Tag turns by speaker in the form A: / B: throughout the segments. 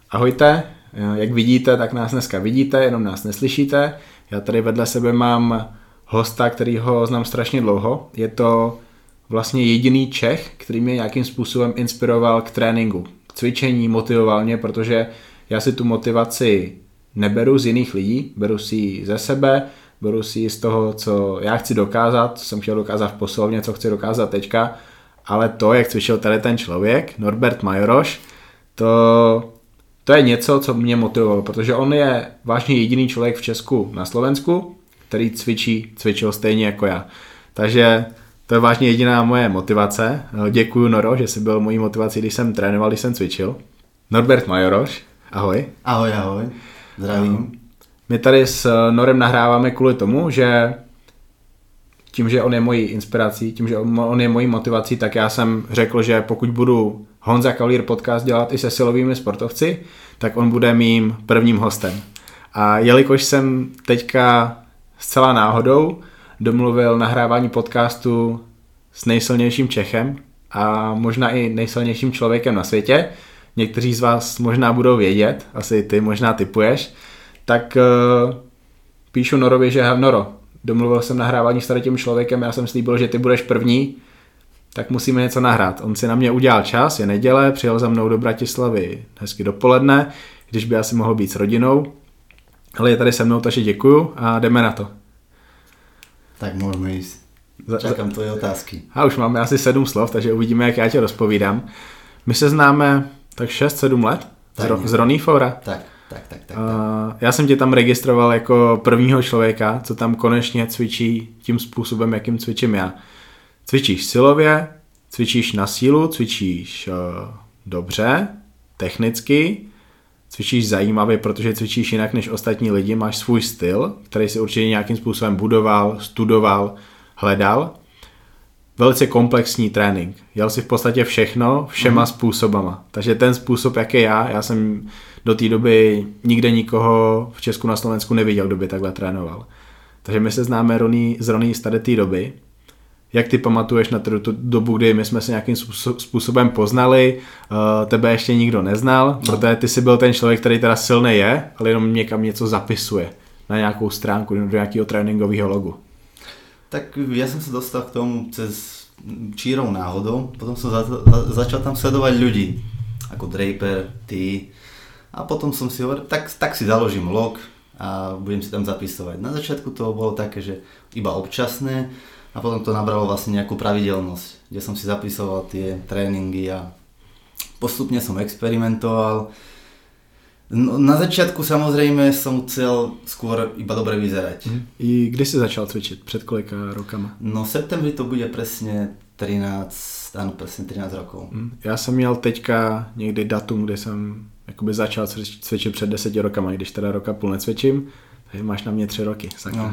A: Ahojte, jak vidíte, tak nás dneska vidíte, jenom nás neslyšíte. Já tady vedle sebe mám hosta, kterýho znám strašně dlouho. Je to vlastně jediný Čech, který mě nějakým způsobem inspiroval k tréninku, k cvičení, motivoval mě, protože já si tu motivaci neberu z jiných lidí, beru si ji ze sebe, beru si ji z toho, co já chci dokázat, co jsem chtěl dokázat v posilovně, co chci dokázat teďka, ale to, jak cvičil tady ten člověk, Norbert Majoroš, to je něco, co mě motivovalo, protože on je vážně jediný člověk v Česku na Slovensku, který cvičil stejně jako já. Takže to je vážně jediná moje motivace. Děkuju, Noro, že jsi byl mojí motivací, když jsem trénoval, když jsem cvičil. Norbert Majoroš, ahoj.
B: Ahoj, ahoj. Zdravím.
A: My tady s Norem nahráváme kvůli tomu, že tím, že on je mojí inspirací, tím, že on je mojí motivací, tak já jsem řekl, že pokud budu Honza Kavalír podcast dělat i se silovými sportovci, tak on bude mým prvním hostem. A jelikož jsem teďka zcela náhodou domluvil nahrávání podcastu s nejsilnějším Čechem a možná i nejsilnějším člověkem na světě, někteří z vás možná budou vědět, asi ty možná tipuješ, tak píšu Norovi, že Noro, domluvil jsem nahrávání s tady tím člověkem, já jsem slíbil, že ty budeš první, tak musíme něco nahrát. On si na mě udělal čas, je neděle, přijel za mnou do Bratislavy hezky dopoledne, když by asi mohl být s rodinou, ale je tady se mnou, takže děkuju a jdeme na to.
B: Tak můžeme jít. Čekám tvoje otázky.
A: A už máme asi 7 slov, takže uvidíme, jak já tě rozpovídám. My se známe tak 6-7 let z Ronnie Fora.
B: Tak.
A: Já jsem tě tam registroval jako prvního člověka, co tam konečně cvičí tím způsobem, jakým cvičím já. Cvičíš silově, cvičíš na sílu, cvičíš dobře, technicky, cvičíš zajímavě, protože cvičíš jinak než ostatní lidi, máš svůj styl, který si určitě nějakým způsobem budoval, studoval, hledal. Velice komplexní trénink. Jel si v podstatě všechno, všema způsobama. Takže ten způsob, jak je já jsem do té doby nikde nikoho v Česku na Slovensku neviděl, kdo by takhle trénoval. Takže my se známe s Ronnie z tady té doby. Jak ty pamatuješ na tu dobu, kdy my jsme se nějakým způsobem poznali, tebe ještě nikdo neznal, protože ty jsi byl ten člověk, který teda silný je, ale jenom někam něco zapisuje na nějakou stránku, do nějakého tréninkového logu.
B: Tak ja som sa dostal k tomu cez čírou náhodou, potom som začal tam sledovať ľudí, ako Draper, ty, a potom som si hovoril, tak si založím log a budem si tam zapisovať. Na začiatku to bolo také, že iba občasné a potom to nabralo vlastne nejakú pravidelnosť, kde som si zapisoval tie tréningy a postupne som experimentoval. No, na začiatku samozrejme som chcel skôr iba dobre vyzerať.
A: I kdy si začal cvičit? Před kolika rokama?
B: No v septembri to bude presne 13 rokov.
A: Já jsem měl teďka někdy datum, kdy jsem jakoby začal cvičit před 10 rokama, když teda roka půl necvičím, takže máš na mě 3 roky.
B: No.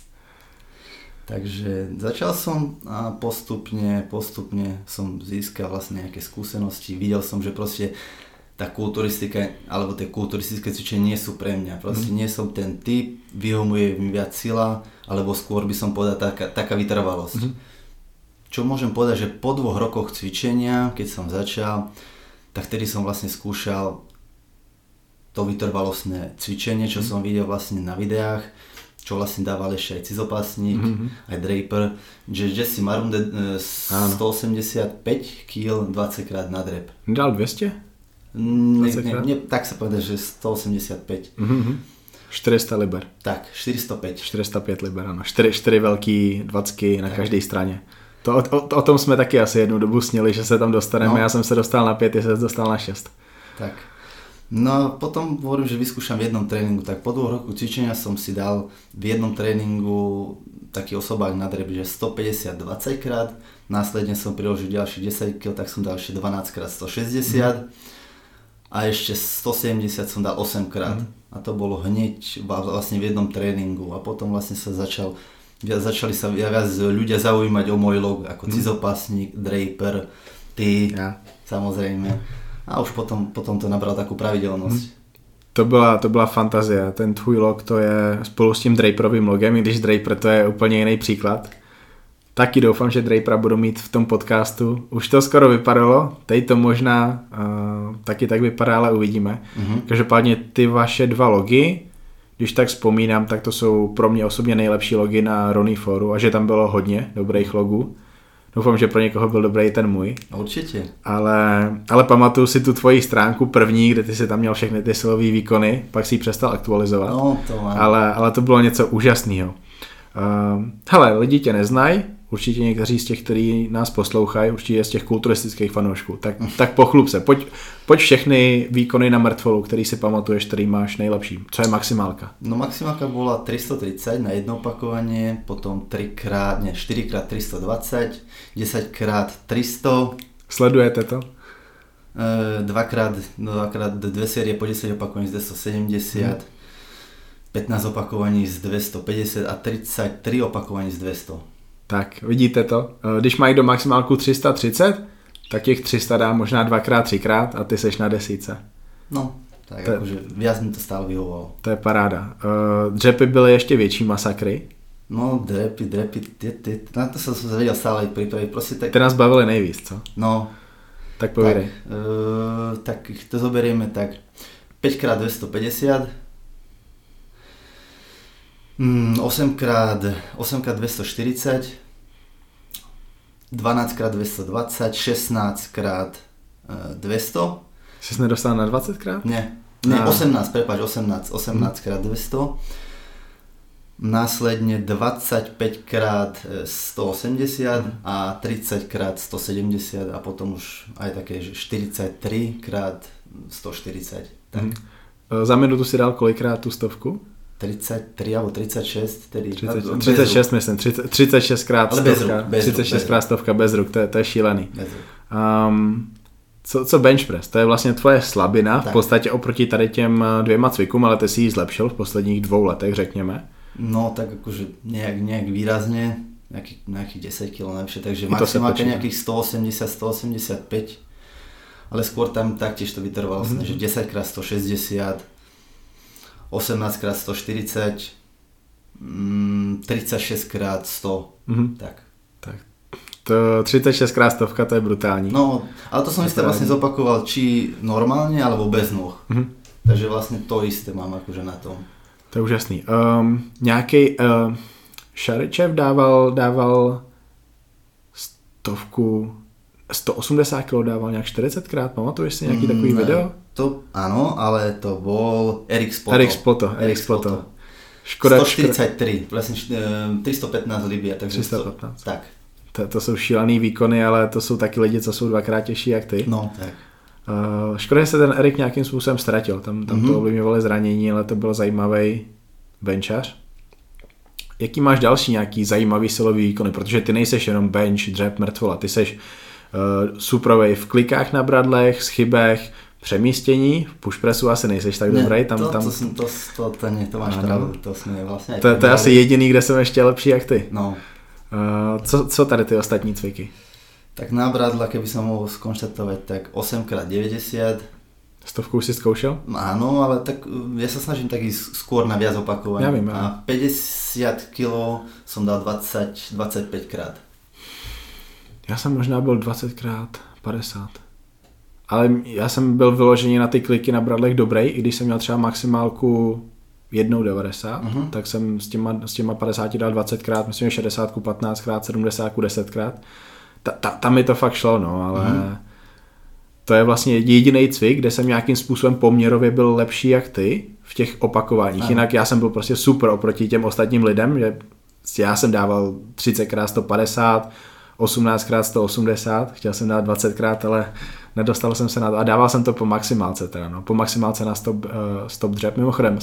B: Takže začal som a postupne som získal vlastne nejaké skúsenosti. Videl som, že proste tá kulturistika, alebo tie kulturistické cvičenia nie sú pre mňa. Proste nie som ten typ, vyhovuje mi viac sila, alebo skôr by som povedal taká vytrvalosť. Čo môžem povedať, že po 2 rokoch cvičenia, keď som začal, tak vtedy som vlastne skúšal to vytrvalostné cvičenie, čo som videl vlastne na videách, čo vlastne dával ešte aj Cizopasník, aj Draper, že Jesse Marunde 185 kg 20 krát na drep.
A: Dal 200?
B: Nie, tak sa povedať, že 185.
A: 400 liber.
B: Tak, 405.
A: 405 liber, ano. 4 velký 20 na každé straně. O tom jsme taky asi jednu dobu snili, že se tam dostaneme. Já jsem se dostal na 5, ty se dostal na 6. Tak.
B: No a potom hovorím, že vyskúšam v jednom tréningu. Tak po 2 rokoch cvičenia som si dal v jednom tréningu taký osobák na drep, že 150 20 krát. Následne som priložil ďalších 10 kg, tak som dal ešte 12 krát 160. A ešte 170 som dal 8 krát. A to bolo hneď vlastne v jednom tréningu. A potom vlastne začali sa viac ľudia zaujímať o môj log, ako Cizopasník, Draper, ty, samozrejme. A už potom to nabralo takú pravidelnosť.
A: To byla fantazie. Ten tvůj log, to je spolu s tím Draperovým logem, i když Draper to je úplně jiný příklad. Taky doufám, že Drapera budu mít v tom podcastu. Už to skoro vypadalo, teď to možná taky tak vypadá, ale uvidíme. Každopádně ty vaše 2 logy, když tak vzpomínám, tak to jsou pro mě osobně nejlepší logy na Ronnie Foru a že tam bylo hodně dobrých logů. Doufám, že pro někoho byl dobrý ten můj.
B: Určitě.
A: Ale pamatuju si tu tvoji stránku první, kde ty si tam měl všechny ty silové výkony, pak si ji přestal aktualizovat.
B: No, to mám.
A: Ale to bylo něco úžasného. Hele, lidi tě neznají, určitě někteří z těch, kteří nás poslouchají, určitě z těch kulturistických fanoušků, tak pochlup se, pojď všechny výkony na mrtvolu, který si pamatuješ, který máš nejlepší. Co je maximálka?
B: No maximálka bola 330 na jedno opakovanie, potom 4x 320, 10x 300.
A: Sledujete to?
B: Dvakrát dve série po 10 opakovaní z 270, 15 opakovaní z 250 a 33 opakovaní z 200.
A: Tak, vidíte to? Když mají do maximálku 330, tak těch 300 dá možná 2x, 3x a ty seš na 10.
B: No, tak akože viac mi to stále vyhovovalo.
A: To je paráda. Dřepy byly ještě větší masakry.
B: No, dřepy, na to som sa vedel stále pripraviť, proste tak...
A: Ty nás bavili nejvíc, co?
B: No.
A: Tak povídej.
B: Tak to zoberieme tak 5x 250, 8x 240, 12x 220, 16x 200.
A: Jsi jsi nedostal na 20krát?
B: Ne, 18, prepáč, 18x 200. Následne 25x 180 a 30x 170 a potom už aj také 43x 140. Tak.
A: Za minutu si dal kolikrát tu stovku?
B: 33 alebo 36, tedy
A: 36 myslím, 36 krát stovka, 36 krát stovka bez ruk, to je šílený. Co bench press, to je vlastně tvoje slabina, tak. V podstatě oproti tady těm 2 cvikům, ale ty si ji zlepšil v posledních 2 letech, řekněme.
B: No tak akože nejak výrazne, nejakých 10 kg najvyššie, takže maximálka nejakých 180-185, ale skôr tam taktiež to vytrvalo, že 10x 160, 18x 140, 36x 100, tak.
A: To 36x 100, to je brutální.
B: No, ale to som isté vlastne zopakoval, či normálne, alebo bez noh. Takže vlastne to isté mám akože na tom.
A: To je úžasný. Nějaký Šaričev dával 180 kg dával nějak 40krát, pamatuješ si nějaký takový video?
B: To áno, ale to bol Erik Spoto.
A: Škoda,
B: 143, vlastne 315 libia, takže
A: 315.
B: Tak.
A: To jsou šílený výkony, ale to jsou taky lidi, co jsou 2x těžší jak ty.
B: No, tak.
A: Škoda, že se ten Erik nějakým způsobem ztratil, tam to ovlivňovalo zranění, ale to byl zajímavý benchař. Jaký máš další nějaký zajímavý silový výkony, protože ty nejseš jenom bench, dřep, mrtvola, ty seš suprovej v klikách na bradlech, schybech, přemístění, v pushpressu asi nejseš tak dobrý.
B: To máš pravdu, to jsme vlastně...
A: To je asi jediný, kde jsem ještě lepší jak ty.
B: No.
A: Co tady ty ostatní cviky?
B: Tak na bradla, keby som mohol skonštatovať, tak 8x90.
A: 100 si zkoušel?
B: Áno, ale tak ja sa snažím tak ísť skôr na viac opakovaní.
A: Ja vím,
B: a 50 kg som dal 25 krát.
A: Já jsem možná byl 20x 50. Ale já jsem byl vyložený na ty kliky na bradlech dobrý, i když jsem měl třeba maximálku 1,90, tak jsem s těma 50 dal 20krát, myslím 60, 15krát, 70, 10krát. Tam mi to fakt šlo, no, ale to je vlastně jediný cvik, kde jsem nějakým způsobem poměrově byl lepší jak ty v těch opakováních. Jinak já jsem byl prostě super oproti těm ostatním lidem, že já jsem dával 30x 150, 18x 180, chtěl jsem dát 20krát, ale nedostal jsem se na to a dával jsem to po maximálce teda, no, po maximálce na stop dřep. Mimochodem,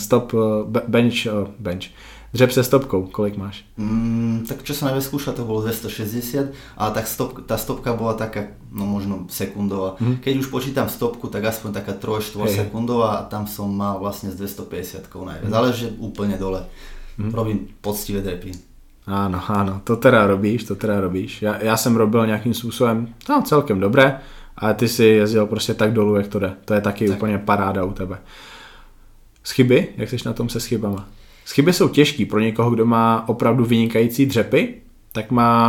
A: bench. Dřep se stopkou, kolik máš?
B: Tak čo som najviac skúšal, to bolo 260, ale tá stopka bola taká, no možno sekundová. Keď už počítam stopku, tak aspoň taká 3-4 sekundová a tam som mal vlastne z 250 najviac, ale že úplne dole. Robím poctivé drepy.
A: Áno, to teda robíš. Já jsem robil nějakým způsobem, no celkem dobré, ale ty si jezdil prostě tak dolů, jak to jde. To je taky úplně paráda u tebe. Schyby? Jak jsi na tom se schybama? Schyby jsou těžký pro někoho, kdo má opravdu vynikající dřepy, tak má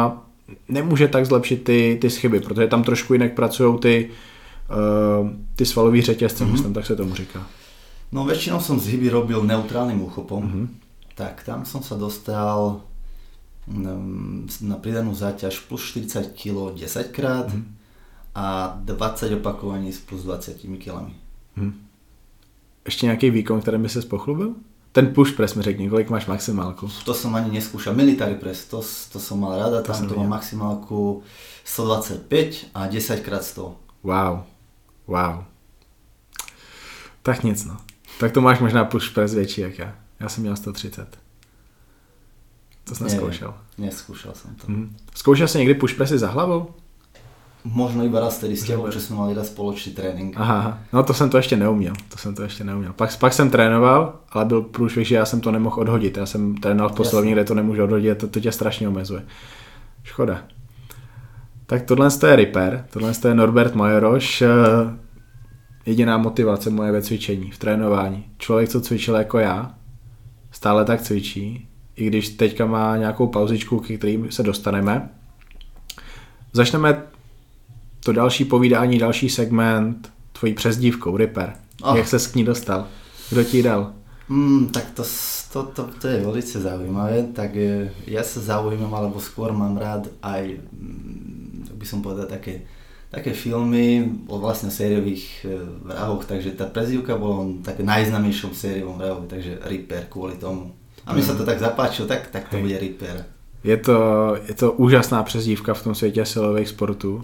A: nemůže tak zlepšit ty schyby, protože tam trošku jinak pracují ty svalový řetězce, myslím, tak se tomu říká.
B: No väčšinou som zhyby robil neutrálnym úchopom, tak tam som sa dostal na pridanú záťaž plus 40 kg 10 krát a 20 opakovaní s plus 20 kg.
A: Ještě nějaký výkon, kterým by se pochlubil? Ten push press mi řekni, kolik máš maximálku?
B: To som ani neskúšal. Military press, to som mal rada, tam to mám maximálku 125 a 10 krát 100.
A: Wow. Tak nic no. Tak to máš možná push press větší jak já. Já jsem měl 130. To jsi neskoušel?
B: Neskúšal som to.
A: Zkoušel jsi někdy push pressy za hlavou?
B: Možno iba raz tedy s tebou, že jsme mali raz spoločný trénink.
A: Aha, no to jsem to ještě neuměl. Pak jsem trénoval, ale byl průšvih, že já jsem to nemohl odhodit. Já jsem trénoval v posilovně, kde to nemůžu odhodit a to tě strašně omezuje. Škoda. Tak tohle je Ripper, tohle je Norbert Majoroš. Jediná motivace moje ve cvičení, v trénování. Člověk, co cvičil jako já, stále tak cvičí, i když teďka má nějakou pauzičku, ke kterým se dostaneme. Začneme to další povídání, další segment tvojí přezdívkou, Ripper. Jak ses k ní dostal? Kdo ti ji dal?
B: Tak to je velice zaujímavé. Tak ja sa zaujímam, alebo skôr mám rád aj, tak by som povedal, také filmy o vlastne sériových vrahoch, takže tá prezývka bola také najznámejšom sériovom vrahovi, takže Ripper kvôli tomu. A mi sa to tak zapáčilo, tak to bude Ripper.
A: Je to úžasná přezdívka v tom světě silových sportů.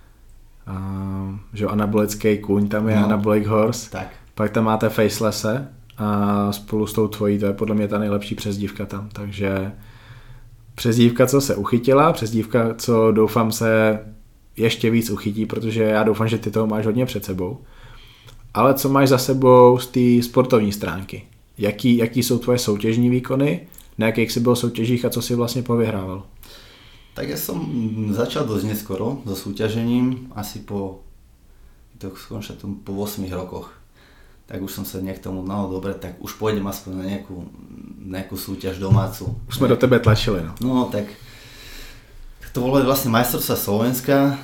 A: Že anabolický kůň tam je, anabolic horse.
B: Tak.
A: Pak tam máte facelesse a spolu s tou tvojí, to je podle mě ta nejlepší přezdívka tam. Takže přezdívka, co se uchytila, přezdívka, co doufám se ještě víc uchytí, protože já doufám, že ty toho máš hodně před sebou. Ale co máš za sebou z té sportovní stránky? Jaký jsou tvoje soutěžní výkony? Na jakých si byl soutěžích a co si vlastně povyhrával?
B: Tak ja som začal dosť neskoro so súťažením, asi po 8 rokoch. Tak už som sa nejak tomu, no dobre, tak už pôjdem aspoň na nejakú súťaž domácu.
A: Už sme do tebe tlačili, no.
B: No tak to bolo vlastne majstrovstvá Slovenska.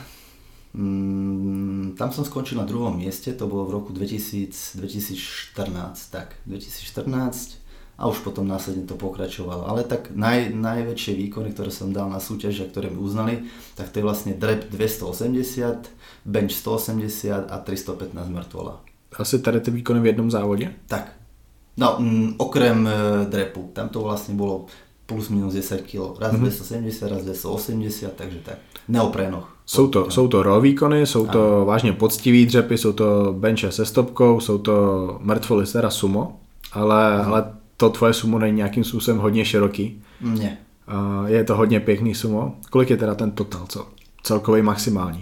B: Tam som skončil na 2. mieste, to bolo v roku 2014, tak 2014. A už potom následne to pokračovalo. Ale tak najväčšie výkony, ktoré som dal na súťaži a ktoré mi uznali, tak to je vlastne drep 280, bench 180 a 315 mŕtvola.
A: Asi tady ty výkony v jednom závodě?
B: Tak. No, okrem drepu. Tam to vlastne bolo plus minus 10 kg. Raz 270, raz 280, takže tak. Neoprénoch.
A: Jsou to raw výkony, jsou to vážně poctivý dřepy, jsou to benche se stopkou, jsou to mrtvoly teda sumo, ale to tvoje sumo není nějakým způsobem hodně široký.
B: Ne.
A: Je to hodně pěkný sumo. Kolik je teda ten total, celkový maximální?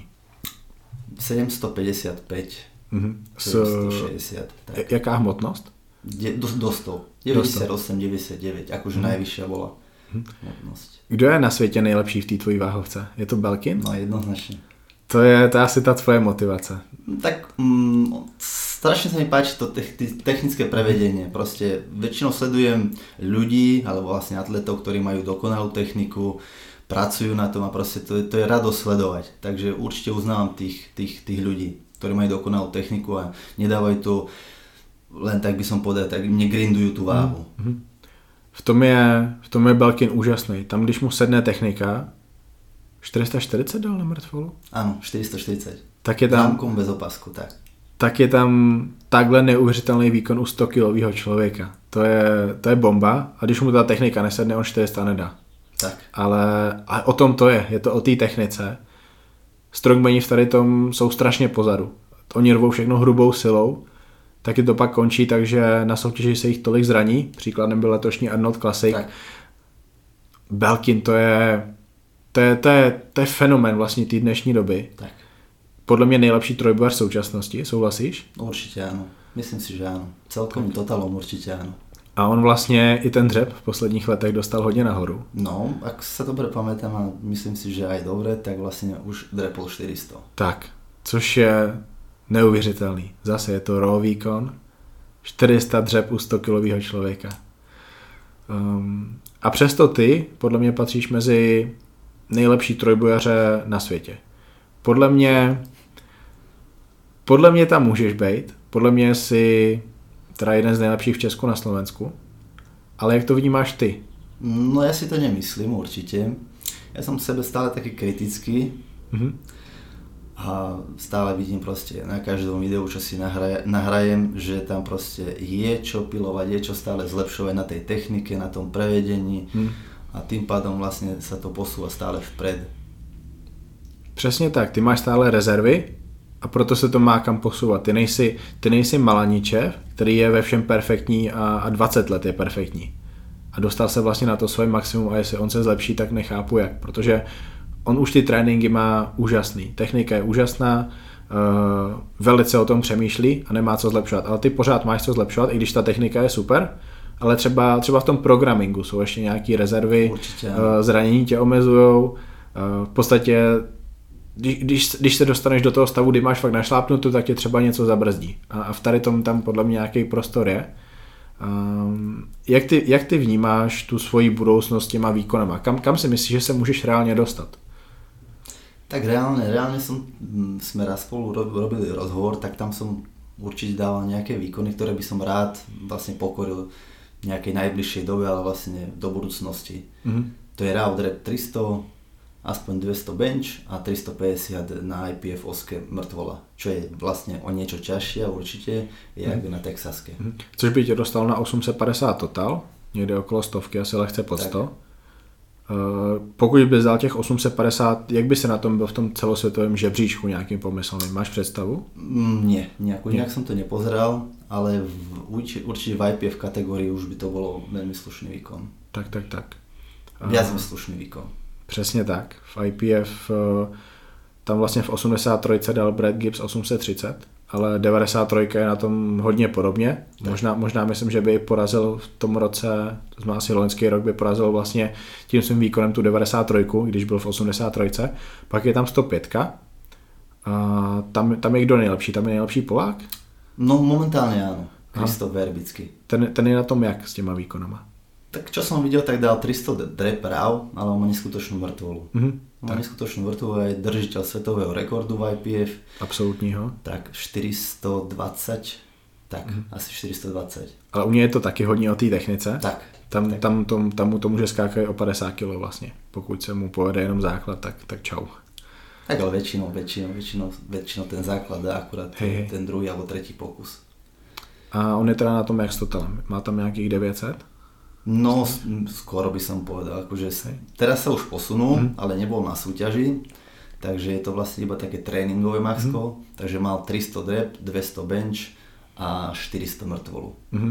B: 755. 760. Tak.
A: Jaká hmotnost?
B: Do 100. 98, 99, akože najvyššia bola hmotnosť.
A: Kdo je na světě nejlepší v té tvojí váhovce? Je to Belkin?
B: No jednoznačne.
A: To je asi ta tvoje motivace.
B: Tak strašne sa mi páči to technické prevedenie. Proste väčšinou sledujem ľudí, alebo vlastne atletov, ktorí majú dokonalú techniku, pracujú na tom a proste to je radosť sledovať. Takže určite uznávam tých ľudí, ktorí majú dokonalú techniku a nedávajú to len tak by som povedal, tak negrindujú tú váhu.
A: V tom je Belkin úžasný. Tam, když mu sedne technika, 440 dal na mrtvolu?
B: Áno, 440.
A: Tak je tam
B: zámkom bez opasku, tak.
A: Tak je tam takhle neuvěřitelný výkon u 100 kilového člověka. To je bomba a když mu ta technika nesedne, on 400 nedá.
B: Tak.
A: Ale o tom to je to o té technice. Strongmani v tady tom jsou strašně pozadu. Oni rvou všechno hrubou silou, taky to pak končí, takže na soutěži se jich tolik zraní. Příkladem byl letošní Arnold Classic. Tak. Belkin to je fenomén vlastně té dnešní doby.
B: Tak.
A: Podle mě nejlepší trojbojař současnosti, souhlasíš?
B: Určitě ano, myslím si, že ano. Celkovým totálom určitě ano.
A: A on vlastně i ten dřep v posledních letech dostal hodně nahoru.
B: No, ak sa dobre pamätám a myslím si, že aj dobre, tak vlastně už drepol 400.
A: Tak, což je neuvěřitelný. Zase je to raw výkon, 400 dřep u 100 kilového člověka. A přesto ty, podle mě patříš mezi nejlepší trojbojaře na světě. Podle mě tam můžeš být. Podle mě jsi teda jeden z nejlepších v Česku na Slovensku. Ale jak to vnímáš ty?
B: No ja si to nemyslím určite. Ja som v sebe stále taký kritický. A stále vidím proste na každom videu, čo si nahrajem, že tam proste je čo pilovať, je čo stále zlepšovať na tej technike, na tom prevedení a tým pádom vlastne sa to posúva stále vpred.
A: Přesně tak, ty máš stále rezervy a proto se to má kam posouvat. Ty nejsi Malaničev, který je ve všem perfektní a 20 let je perfektní. A dostal se vlastně na to svoje maximum a jestli on se zlepší, tak nechápu jak, protože on už ty tréninky má úžasný, technika je úžasná, velice o tom přemýšlí a nemá co zlepšovat, ale ty pořád máš co zlepšovat, i když ta technika je super, ale třeba v tom programingu jsou ještě nějaký rezervy, zranění tě omezujou, v podstatě když se dostaneš do toho stavu, kdy máš fakt našlápnutou, tak tě třeba něco zabrzdí a v tady tom tam podle mě nějaký prostor je. Jak ty vnímáš tu svoji budoucnost těma výkonama? Kam si myslíš, že se můžeš reálně dostat?
B: Tak reálne sme raz spolu robili rozhovor, tak tam som určite dával nejaké výkony, ktoré by som rád vlastne pokoril v nejakej najbližšej dobe, ale vlastne do budúcnosti. To je raw rep 300, aspoň 200 bench a 350 na IPF oske mŕtvola, čo je vlastne o niečo ťažšie a určite jak na texaske.
A: Což by tě dostal na 850 total, někde okolo 100, asi lehce pod 100. Tak. Pokud by vzal těch 850, jak by se na tom byl v tom celosvětovém žebříčku nějakým pomyslným? Máš představu?
B: Nie, nejak som to nepozeral, ale určite v IPF kategórii už by to bolo veľmi slušný výkon.
A: Tak.
B: Viac slušný výkon.
A: Přesně tak. V IPF tam vlastně v 83 dal Brad Gibbs 830, ale 93 je na tom hodně podobně. Možná myslím, že by porazil v tom roce, to znamená asi loňský rok, by porazil vlastně tím svým výkonem tu 93, když byl v 83. Pak je tam 105. A tam je kdo nejlepší? Tam je nejlepší Polák?
B: No momentálne áno. Kristof Verbický.
A: Ten je na tom jak s těma výkonama?
B: Tak čo som videl, tak dal 300 drep raw, ale on má neskutočnú mŕtvolu. Má neskutočnú mŕtvolu a je držiteľ svetového rekordu v IPF.
A: Absolutního.
B: Tak 420, asi 420.
A: Ale u něj je to taky hodně o té technice.
B: Tak.
A: Tam mu to může skákat o 50 kg vlastně. Pokud se mu povede jenom základ, tak čau.
B: Tak ale väčšinou ten základ dá akurát ten druhý alebo tretí pokus.
A: A on je teda na tom jak s totalem? Má tam nějakých 900?
B: No, skoro by som povedal, akože teraz sa už posunul, ale nebol na súťaži, takže je to vlastne iba také tréningové maxko, takže mal 300 drep, 200 bench a 400 mŕtvolu.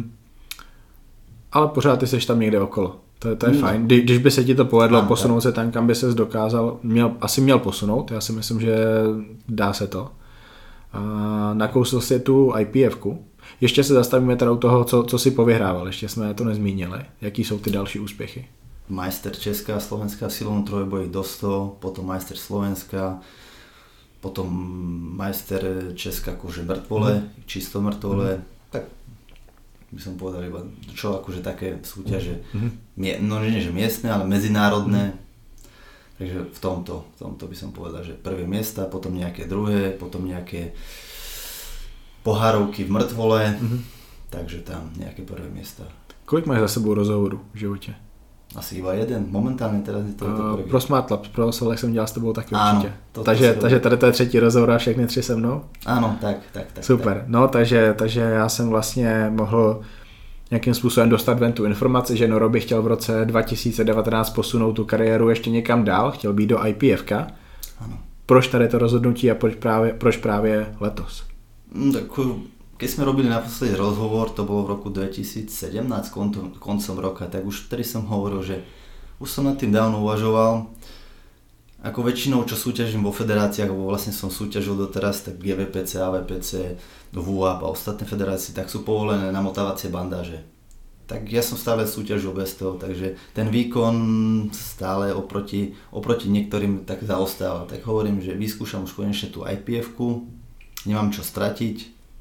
A: Ale pořád ty seš tam někde okolo, to je fajn. Když by se ti to povedlo posunout se tam, kam by ses dokázal, asi měl posunout, já si myslím, že dá se to. A nakousl si tu IPF-ku. Ještě se zastavíme teda u toho, co si povyhrával, ještě jsme to nezmínili. Jaký jsou ty další úspěchy?
B: Majster Česká a Slovenská silovnom trojboji do 100, potom majster Slovenska, potom majster Česká akože mŕtvole, čisto mŕtvole, tak by som povedal iba čo akože také súťaže, no nie že miestne, ale medzinárodné. Takže v tomto by som povedal, že prvé miesta, potom nejaké druhé, potom nejaké pohárovky v mŕtvole, takže tam nejaké prvé miesta.
A: Kolik máš za sebou rozhovorů v životě?
B: Asi iba jeden, momentálně teraz je to prvý.
A: Pro Smart Labs, pro Solek jsem dělal s tebou taky určitě. Takže tady to je třetí rozhovor a všechny 3 se mnou?
B: Ano, tak.
A: Super, tak. No takže já jsem vlastně mohl nějakým způsobem dostat ven tu informaci, že Noro by chtěl v roce 2019 posunout tu kariéru ještě někam dál, chtěl být do IPF-ka.
B: Ano.
A: Proč tady to rozhodnutí a proč právě letos?
B: Tak keď sme robili naposledy rozhovor, to bolo v roku 2017, koncom roka, tak už vtedy som hovoril, že už som nad tým dávno uvažoval. Ako väčšinou, čo súťažím vo federáciách, alebo vlastne som súťažil doteraz, tak GVPC, AVPC, VUAP a ostatné federácie, tak sú povolené namotávacie bandáže. Tak ja som stále súťažil bez toho, takže ten výkon stále oproti niektorým tak zaostáva. Tak hovorím, že vyskúšam už konečne tú IPF-ku, nemám čo stratiť.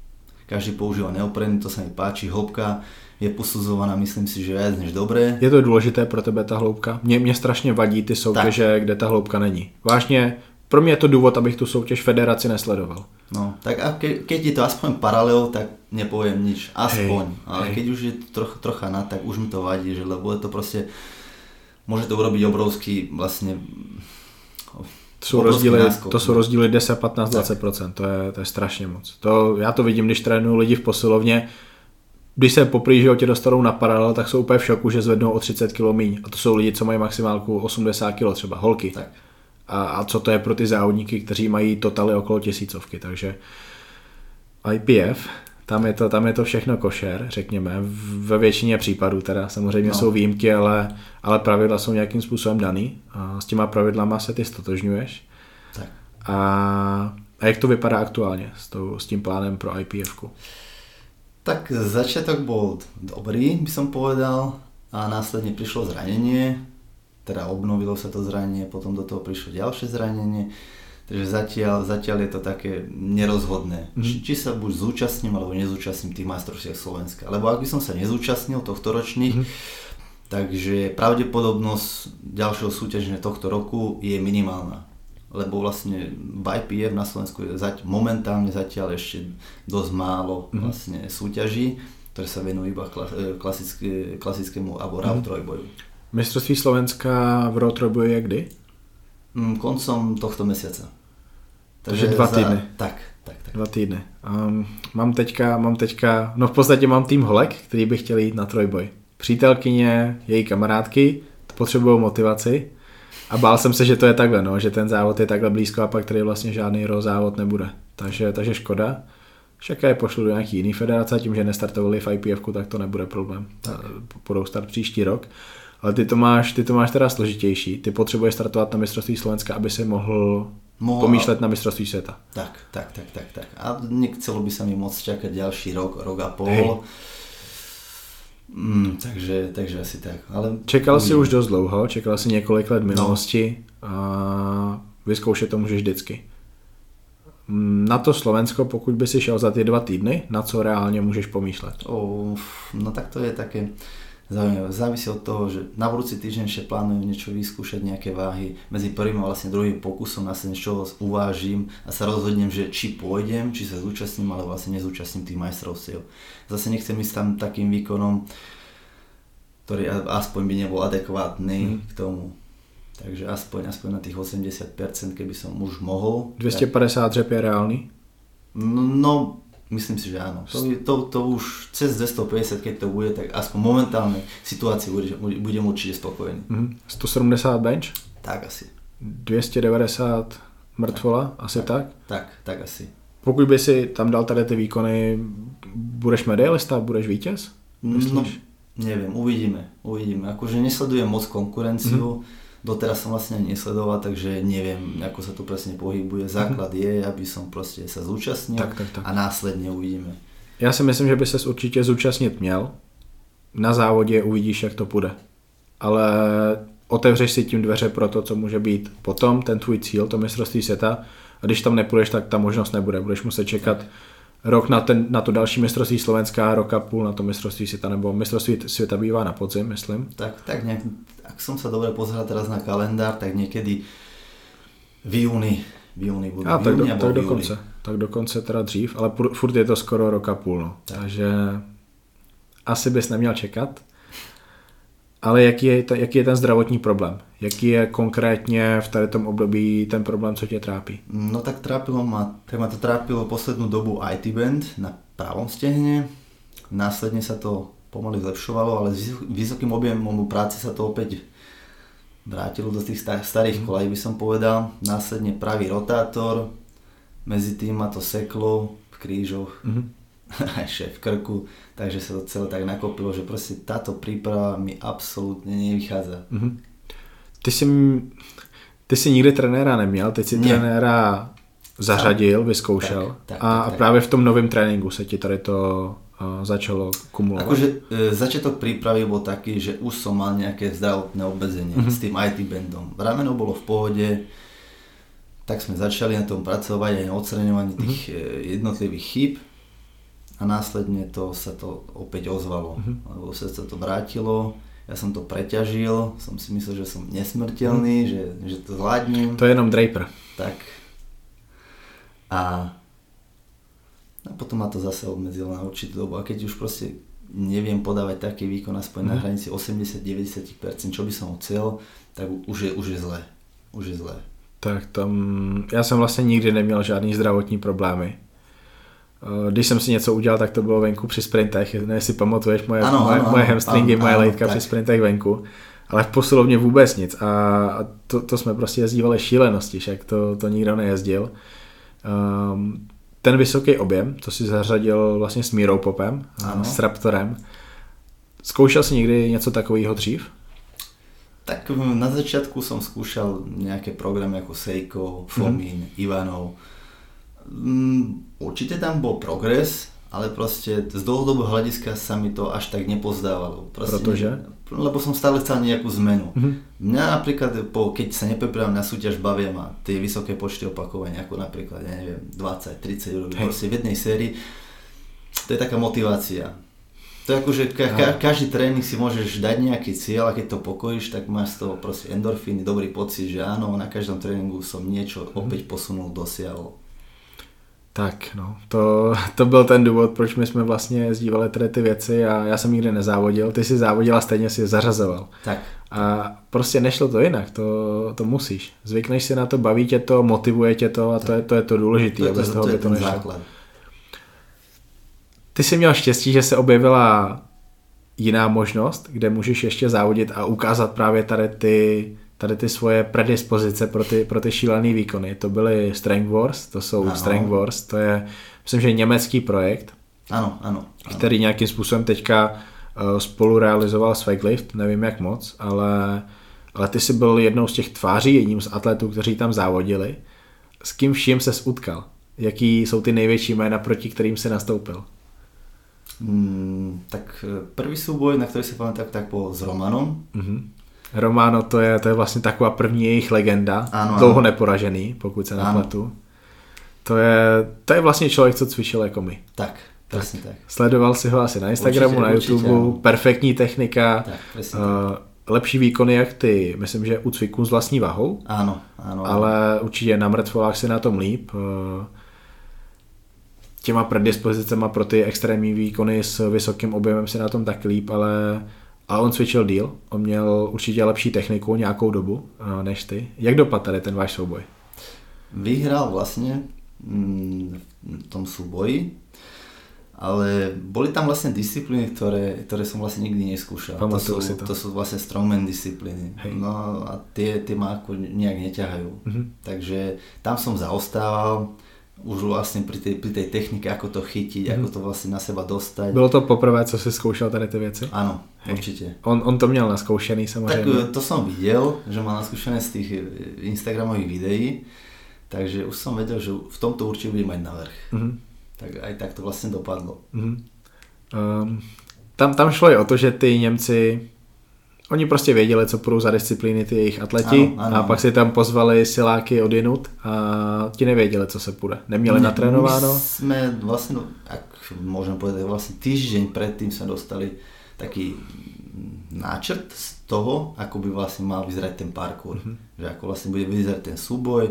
B: každý používa neopren, to sa mi páči, hĺbka je posudzovaná, myslím si, že viac než dobré.
A: Je to důležité pro tebe ta hloubka? Mě strašně vadí ty soutěže, kde ta hloubka není. Vážně, pro mě je to důvod, abych tu soutěž federaci nesledoval.
B: No, tak a keď je to aspoň paralel, tak nepoviem nič, aspoň. Ale keď už je trocha nad, tak už mi to vadí, že lebo je to proste, môže to urobiť obrovský vlastne
A: to jsou rozdíly 10, 15, 20%, to je strašně moc. Já to vidím, když trénuju lidi v posilovně, když se poprvé životě dostanou na paralel, tak jsou úplně v šoku, že zvednou o 30 kg míň. A to jsou lidi, co mají maximálku 80 kg, třeba holky.
B: Tak.
A: A co to je pro ty závodníky, kteří mají totaly okolo 1000, takže IPF, tam je to všechno košer, řekněme, ve většině případů teda, samozřejmě jsou výjimky, ale pravidla jsou nějakým způsobem daný a s těma pravidlama se ty stotožňuješ.
B: Tak.
A: A jak to vypadá aktuálně s tím plánem pro IPF-ku?
B: Tak začiatok bol dobrý, by som povedal, a následne prišlo zranenie, teda obnovilo sa to zranenie, potom do toho prišlo ďalšie zranenie, takže zatiaľ je to také nerozhodné. Či sa buď zúčastním, alebo nezúčastním tých majstrovstiev Slovenska. Lebo ak by som sa nezúčastnil tohto ročných, takže pravdepodobnosť ďalšieho súťaženia tohto roku je minimálna. Lebo vlastne v IPF na Slovensku je momentálne zatiaľ ešte dosť málo vlastne súťaží, ktoré sa venujú iba klasickému alebo RAW trojboju.
A: Mistrovství Slovenska v RAW trojboju je kdy?
B: Koncom tohto mesiaca.
A: Takže 2 týdny.
B: Tak.
A: 2 týdny. Mám teďka, no v podstatě mám tým holek, který by chtěl jít na trojboj. Přítelkyně, její kamarádky, potřebují motivaci. A bál jsem se, že to je takhle, no, že ten závod je takhle blízko a pak tady vlastně žádný RAW závod nebude. Takže škoda. Však je pošlu do nějaký jiný federace, tím, že nestartovali v IPF-ku, tak to nebude problém. Budou start příští rok. Ale ty to máš teda složitější. Ty potřebuješ startovat na mistrovství Slovenska, aby si mohl pomýšlet na mistrovství světa.
B: Tak. A nechcelo by sa mi moc čakať ďalší rok a pol. Takže asi tak. Ale
A: čekal si už dost dlouho, čekal si několik let minulosti a vyzkoušet to můžeš vždycky. Na to Slovensko, pokud by si šel za ty 2 týdny, na co reálně můžeš pomýšlet?
B: No tak to je také zaujímavé. Závisí od toho, že na budúci týždeň ešte plánujem niečo vyskúšať, nejaké váhy. Medzi prvým a vlastne druhým pokusom následne čo uvážim a sa rozhodnem, že či pôjdem, či sa zúčastním, ale vlastne nezúčastním tých majstrovstiev. Zase nechcem ísť tam takým výkonom, ktorý aspoň by nebol adekvátny k tomu. Takže aspoň na tých 80%, keby som už mohol.
A: 250 dřep je reálny?
B: No, myslím si, že áno. To už cez 250, keď to bude, tak aspoň momentálne situácii budem určite spokojný.
A: 170 bench?
B: Tak asi.
A: 290 mrtvola, asi tak?
B: Tak asi.
A: Pokud by si tam dal tady ty výkony, budeš medailista, budeš vítěz?
B: No, neviem, uvidíme. Akože nesledujem moc konkurenciu, doteraz som vlastne ani nesledoval, takže neviem, ako sa to presne pohybuje. Základ je, aby som proste sa zúčastnil
A: tak.
B: A následne uvidíme.
A: Já si myslím, že by ses určitě zúčastnit měl. Na závodě uvidíš, jak to půjde. Ale otevřeš si tím dveře pro to, co může být potom, ten tvůj cíl, to mistrovství světa. A když tam nepůjdeš, tak ta možnost nebude. Budeš muset čekat rok na to další mistrovství Slovenska, rok a půl na to mistrovství světa, nebo mistrovství světa bývá na podzim, myslím.
B: Tak nejak, ak som sa dobre pozeral teraz na kalendár, tak niekedy v júni budú.
A: Tak dokonce teda dřív, ale furt je to skoro rok a půl, no. Takže asi bys neměl čekat. Ale jaký je ten zdravotní problém? Jaký je konkrétně v tady tom období ten problém, co tě trápí?
B: No tak ma to trápilo poslednú dobu IT band na pravom stehne. Následne sa to pomaly zlepšovalo, ale s vysokým objemom práce sa to opäť vrátilo do tých starých kolají, by som povedal. Následne pravý rotátor, medzi tým ma to seklo v krížoch, aj v krku, takže sa to celé tak nakopilo, že proste táto príprava mi absolútne nevychádza.
A: Ty jsi nikdy trenéra neměl, teď si trenéra zařadil, vyzkoušel a právě v tom novém tréninku se ti tady to začalo kumulovat.
B: Akože začiatok prípravy bol taký, že už som mal nejaké zdravotné obmedzenie s tým IT bandom. Rameno bolo v pohode, tak sme začali na tom pracovať aj na odstraňovaní tých jednotlivých chýb. a následne sa to opäť ozvalo, lebo sa to vrátilo, ja som to preťažil, som si myslel, že som nesmrteľný, že to zvládnem.
A: To je jenom Draper.
B: Tak. A potom ma to zase obmedzilo na určitú dobu a keď už proste neviem podávať taký výkon aspoň na hranici 80-90%, čo by som chcel, tak už je zlé. Už je zlé.
A: Tak tam, já jsem vlastně nikdy neměl žádný zdravotní problémy. Když jsem si něco udělal, tak to bylo venku při sprintech, nevím, jestli pamatuješ moje hamstringy, moje lejtka při sprintech venku, ale v posilovně vůbec nic a to jsme prostě jezdívali šílenosti, však to nikdo nejezdil. Ten vysoký objem, to si zařadil vlastně s Mírou Popem, s Raptorem. Zkoušel jsi někdy něco takového dřív?
B: Tak na začiatku som skúšal nejaké programy ako Seiko, Fomin, Ivanov. Určite tam bol progres, ale proste z dlhodobého hľadiska sa mi to až tak nepozdávalo.
A: Protože?
B: Lebo som stále chcel nejakú zmenu. Mňa napríklad, keď sa nepripravím na súťaž, bavia ma tie vysoké počty opakovania, ako napríklad, ja neviem, 20-30 eur, proste v jednej sérii. To je taká motivácia. To je ako, že každý tréning si môžeš dať nejaký cieľ a keď to pokojíš, tak máš z toho proste endorfíny, dobrý pocit, že áno, na každom tréninku som niečo opäť posunul, dosiahol.
A: Tak, no, to byl ten důvod, proč my jsme vlastně jezdívali tady ty věci a já jsem nikdy nezávodil, ty si závodil a stejně si je zařazoval.
B: Tak.
A: A prostě nešlo to jinak, to musíš. Zvykneš si na to, baví tě to, motivuje tě to a to je to důležité, bez toho by to nešlo. Základ. Ty jsi měl štěstí, že se objevila jiná možnost, kde můžeš ještě závodit a ukázat právě tady ty svoje predispozice pro ty šílené výkony. To byly Strength Wars, to jsou Strength Wars, to je, myslím, že německý projekt,
B: ano.
A: Který nějakým způsobem teďka spolu realizoval Swaglift, nevím jak moc, ale ty jsi byl jednou z těch tváří, jedním z atletů, kteří tam závodili. S kým vším ses utkal? Jaký jsou ty největší jména, proti kterým jsi nastoupil?
B: Tak prvý súboj, na ktorý sa pamätám, tak bol s Romanom.
A: Romano, to je vlastně taková první jejich legenda, dlouho neporažený, pokud se nepletu. To je vlastně člověk, co cvičil jako my.
B: Tak, presne tak.
A: Sledoval si ho asi na Instagramu, na YouTube, perfektní technika, lepší výkony jak ty, myslím, že u cviků s vlastní vahou.
B: Áno.
A: Ale určitě na mrtvolách si na tom líp. Těma predispozicema pro ty extrémní výkony s vysokým objemem si na tom tak líp, ale on cvičil díl, on měl určitě lepší techniku nějakou dobu než ty. Jak dopadl tady ten váš souboj?
B: Vyhral vlastne v tom súboji, ale boli tam vlastne disciplíny, ktoré som vlastne nikdy neskúšal. To sú vlastne strongman disciplíny. No a tie ma ako nejak neťahajú. Takže tam som zaostával. Už vlastne pri tej technike, ako to chytiť, ako to vlastne na seba dostať.
A: Bylo to poprvé, co si zkoušel tady ty věci?
B: Áno, určite.
A: On to měl naskoušený samozřejmě.
B: Tak to som videl, že mal naskúšané z tých instagramových videí, takže už som vedel, že v tomto určite bude mať navrch. Tak aj tak to vlastne dopadlo.
A: Tam šlo i o to, že ty Němci, oni prostě věděli, co půjdou za disciplíny ty jejich atleti a pak si tam pozvali siláky odjenut a ti nevěděli, co se půjde. Neměli natrénováno.
B: My sme vlastne, ak môžem povedať, vlastne týždeň predtým sa dostali taký náčrt z toho, ako by vlastne mal vyzerať ten parkour. Že ako vlastne bude vyzerať ten súboj.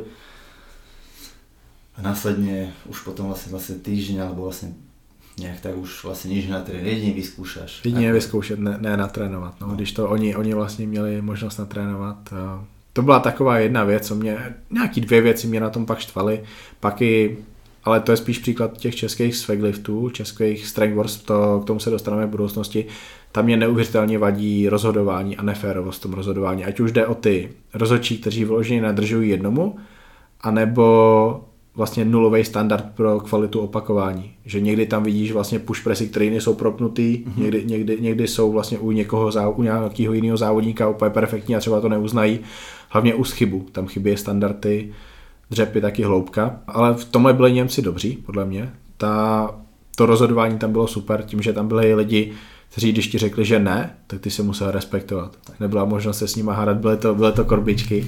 B: A následne už potom vlastne týždeň alebo vlastne nějak tak už vlastně nič na trénink, jedině vyzkoušáš.
A: Jedině vyzkoušet, ne natrénovat. No. Když to oni vlastně měli možnost natrénovat. To byla taková jedna věc, co mě, nějaký dvě věci mě na tom pak štvaly. Pak i, ale to je spíš příklad těch českých swagliftů, českých strength wars, k tomu se dostaneme v budoucnosti. Tam mě neuvěřitelně vadí rozhodování a neférovost v tom rozhodování. Ať už jde o ty rozhodčí, kteří vyloženě nadržují jednomu, anebo vlastně nulový standard pro kvalitu opakování. Že někdy tam vidíš vlastně push pressy, které nejsou propnutý, někdy jsou vlastně u nějakého jiného závodníka úplně perfektní a třeba to neuznají. Hlavně u schybu, tam chybí standardy, dřepy taky hloubka. Ale v tomhle byli Němci dobří, podle mě. To rozhodování tam bylo super, tím, že tam byli lidi, kteří když ti řekli, že ne, tak ty se musel respektovat. Nebyla možnost se s nima hádat, byly to korbičky.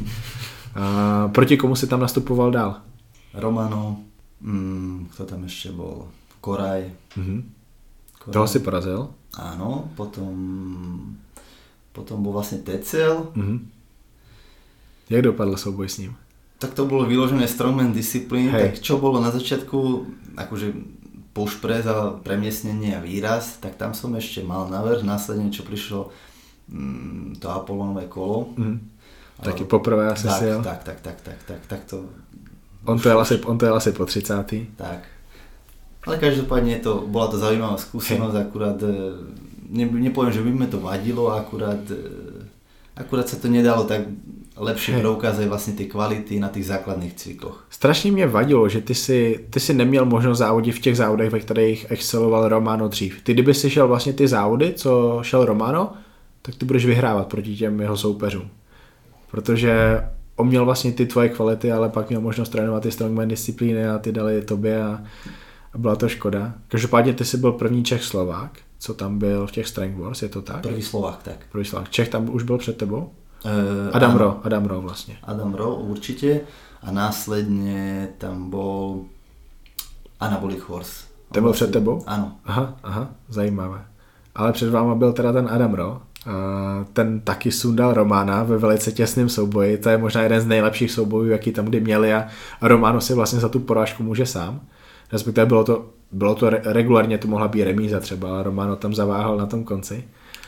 A: Proti komu si tam nastupoval dál?
B: Romano, kto tam ešte bol? Koraj.
A: Toho si porazil?
B: Áno, potom bol vlastne Tecel.
A: Jak dopadl souboj s ním?
B: Tak to bolo vyložené strongman disciplín, tak čo bolo na začiatku, akože push press a premiestnenie a výraz, tak tam som ešte mal navrh, následne čo prišlo to Apollonové kolo.
A: Taky poprvé asi si jel?
B: Tak to...
A: On to jel asi po 30.
B: Tak. Ale každopádne bola to zaujímavá skúsenosť, akurát nepoviem, že by mi to vadilo, akurát sa to nedalo tak lepšie preukázať vlastne tie kvality na tých základných cykloch.
A: Strašně mě vadilo, že ty si neměl možnost závodit v těch závodech, ve kterých exceloval Romano dřív. Ty kdyby si šel vlastně ty závody, co šel Romano, tak ty budeš vyhrávat proti těm jeho soupeřům. Protože on měl vlastně ty tvoje kvality, ale pak měl možnost trénovat ty strongman disciplíny a ty dali tobě a byla to škoda. Každopádně ty jsi byl první Čech Slovák, co tam byl v těch Strength Wars, je to tak?
B: První Slovák, tak.
A: První Slovák. Čech tam už byl před tebou? Adam Rowe vlastne.
B: Adam Rowe určite a následne tam bol Anabolic Horse.
A: Ten byl před tebou?
B: Áno.
A: Aha, zajímavé. Ale před váma byl teda ten Adam Rowe. Ten taky sundal Romana ve velice těsném souboji. To je možná jeden z nejlepších soubojů, jaký tam kdy měli a Romano si vlastně za tu porážku může sám. Respektive bylo to regulárně, to mohla být remíza třeba, ale Romano tam zaváhal na tom konci.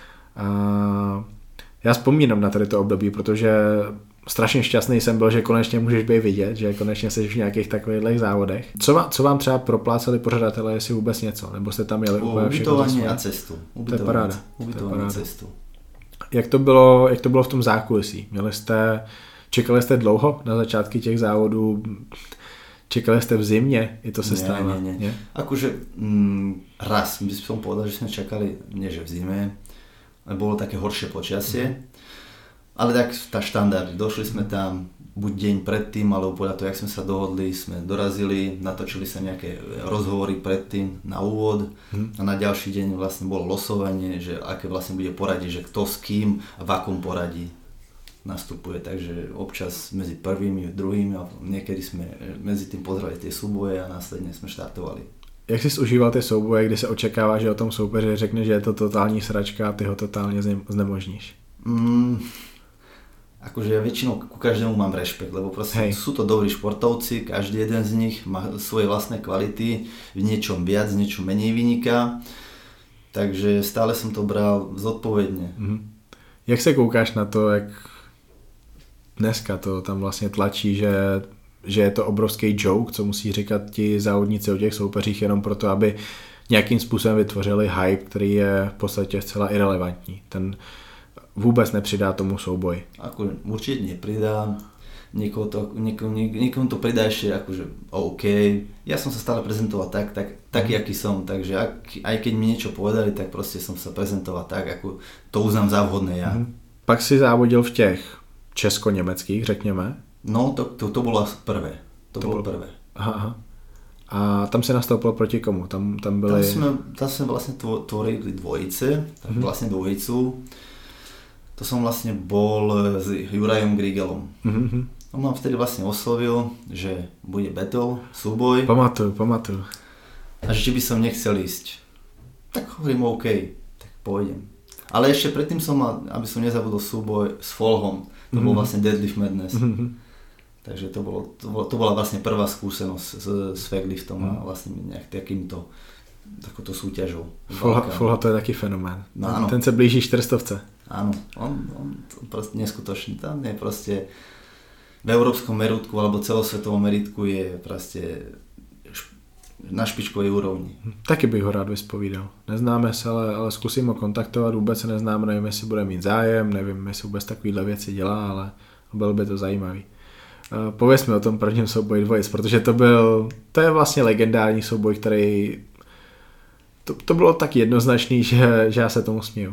A: Já vzpomínám na tady to období, protože strašně šťastný jsem byl, že konečně můžeš být vidět, že konečně jsi v nějakých takových závodech. Co vám třeba propláceli pořadatelé, jestli vůbec něco? Nebo jste tam jeli úplně všechno za svoje?
B: A cestu.
A: To je paráda.
B: Ubytování cestu.
A: Jak to bylo v tom zákulisí? Čekali jste dlouho na začátky těch závodů? Čekali ste v zimne? I to sa stáva?
B: Nie. Akože raz by som povedal, že sme čakali, nie že v zime, bolo také horšie počasie, ale tak tá štandard. Došli sme tam buď deň predtým, alebo podľa toho, jak sme sa dohodli, sme dorazili, natočili sa nejaké rozhovory predtým na úvod a na ďalší deň vlastne bolo losovanie, že aké vlastne bude poradie, že kto s kým a v akom poradí nastupuje, takže občas medzi prvými a druhými a niekedy sme medzi tým pozerali tie súboje a následne sme štartovali.
A: Jak jsi užíval ty souboje, kdy se očekává, že o tom soupeři řekne, že je to totální sračka a ty ho totálně znemožníš?
B: Akože ja väčšinou ku každému mám rešpekt, lebo proste sú to dobrí športovci, každý jeden z nich má svoje vlastné kvality, v niečom viac, v niečom menej vyniká, takže stále som to bral zodpovedne.
A: Jak se koukáš na to, jak dneska to tam vlastně tlačí, že je to obrovský joke, co musí říkat ti závodníci o těch soupeřích jenom proto, aby nějakým způsobem vytvořili hype, který je v podstatě zcela irelevantní. Ten vůbec nepřidá tomu souboji.
B: Ako určite nepridá, niekomu to pridá ešte akože OK. Ja som sa stále prezentoval taký, aký som, takže aj keď mi niečo povedali, tak proste som sa prezentoval tak, ako to uznám za vhodné ja.
A: Pak si závodil v těch česko-německých, řekněme.
B: No, to bolo prvé. To bolo prvé.
A: Aha. A tam si nastoupil proti komu? Tam byli...
B: Tam sme vlastne tvorili dvojice, vlastne dvojicu. To som vlastne bol s Jurajom Grigelom. On ma vtedy vlastne oslovil, že bude battle, súboj.
A: Pamatuju.
B: A že či by som nechcel ísť. Tak hovorím OK, tak pôjdem. Ale ešte predtým som mal, aby som nezabudol súboj s Folhom. To bol vlastne Deadlift Madness. Takže to bola vlastne prvá skúsenosť s Fagliftom a vlastne nejak takouto súťažou.
A: Folha to je taký fenomén.
B: No,
A: ten sa blíži 400.
B: Áno, on proste neskutočný. Tam je proste v európskom meritku alebo celosvetovom meritku je proste na špičkovej úrovni.
A: Taky bych ho rád vyspovídal. Neznáme se, ale zkusím ho kontaktovat, vůbec se neznáme, nevím, jestli bude mít zájem, nevím, jestli vůbec takovýhle věci dělá, ale bylo by to zajímavý. Pověz mi o tom prvním souboji dvojic, protože to je vlastně legendární souboj, který to bylo tak jednoznačný, že já se tomu směju.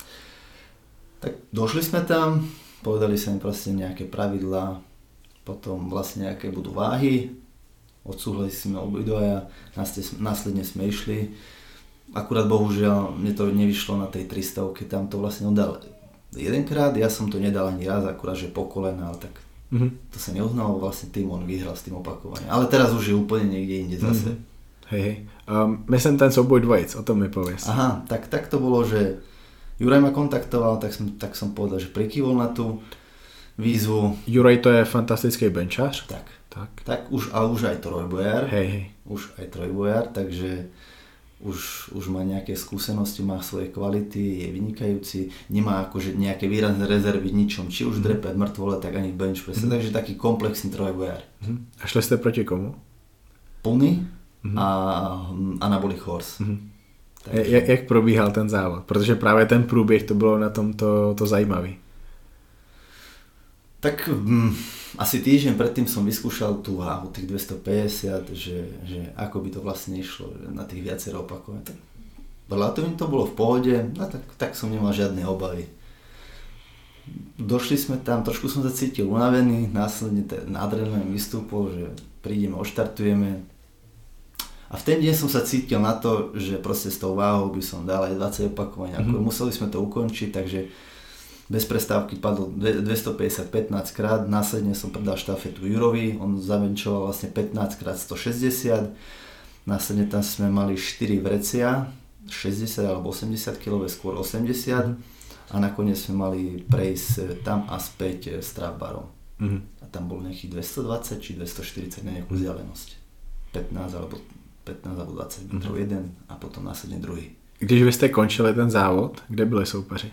B: Tak došli sme tam, povedali sa im proste nejaké pravidlá, potom vlastne aké budú váhy, odsúhlasili sme obidvaja, následne sme išli. Akurát bohužiaľ mne to nevyšlo na tej 300, tam to vlastne on dal jedenkrát, ja som to nedal ani raz, akurát že po kolena, ale tak to sa neuznalo, vlastne tým on vyhral s tým opakovaním. Ale teraz už je úplne niekde inde zase.
A: Hej. Myslím ten souboj dvojic, o tom mi pověs.
B: Aha, tak to bolo, že Juraj ma kontaktoval, tak som povedal, že prikývol na tú výzvu.
A: Juraj to je fantastický benčař.
B: Tak už aj trojbojar.
A: Hej.
B: Už aj trojbojar, takže už má nejaké skúsenosti, má svoje kvality, je vynikajúci, nemá akože nejaké výrazné rezervy v ničom, či už drepe mŕtvole, tak ani v bench presse, takže taký komplexný trojbojar.
A: A šli ste proti komu?
B: Puny a Anabolic Horse.
A: Takže... Jak probíhal ten závod? Protože právě ten průběh to bylo na tom to zajímavý.
B: Tak asi týždeň predtým som vyskúšal tú váhu, tých 250, že ako by to vlastne išlo na tých viacero opakovaní. Relatívne to bolo v pohode, no tak som nemal žiadne obavy. Došli sme tam, trošku som sa cítil unavený, následne ten adrenalín vystúpol, že prídeme, odštartujeme. A v ten deň som sa cítil na to, že proste s tou váhou by som dal aj 20 opakovaní. Museli sme to ukončiť, takže bez prestávky padol 250 15 krát, následne som predal štafetu Jurovi, on zavenčoval vlastne 15 krát 160, následne tam sme mali 4 vrecia, 60 alebo 80 kg, skôr 80 a nakoniec sme mali prejsť tam a späť s trapbarom. A tam bolo nejakých 220 či 240 na nejakú vzdialenosť. 15 alebo 20 metrov jeden a potom následne druhý.
A: Když vy jste končili ten závod, kde byli soupeři?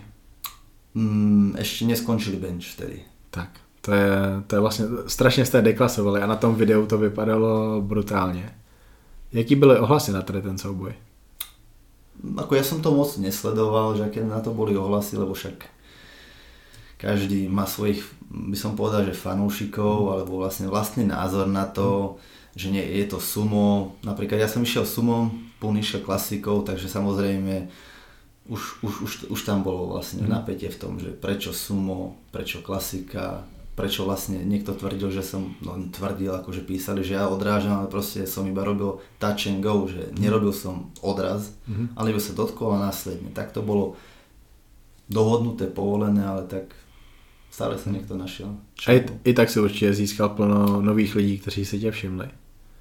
B: Ešte neskončili bench vtedy.
A: Tak, to je vlastně, strašně jste deklasovali a na tom videu to vypadalo brutálně. Jaký byly ohlasy na ten souboj?
B: Ako ja som to moc nesledoval, že aké na to boli ohlasy, lebo však každý má svojich, by som povedal, že fanúšikov, alebo vlastný názor na to, že nie, je to sumo. Napríklad ja som išiel sumom, Pun išiel klasikou, takže samozrejme už tam bolo vlastne napätie v tom, že prečo sumo, prečo klasika, prečo vlastne niekto tvrdil, že som, tvrdil, akože písali, že ja odrážam, ale proste som iba robil touch and go, že nerobil som odraz, ale iba sa dotkol a následne. Tak to bolo dohodnuté, povolené, ale tak stále sa niekto našiel.
A: I tak si určite získal plno nových lidí, kteří si tě všimli.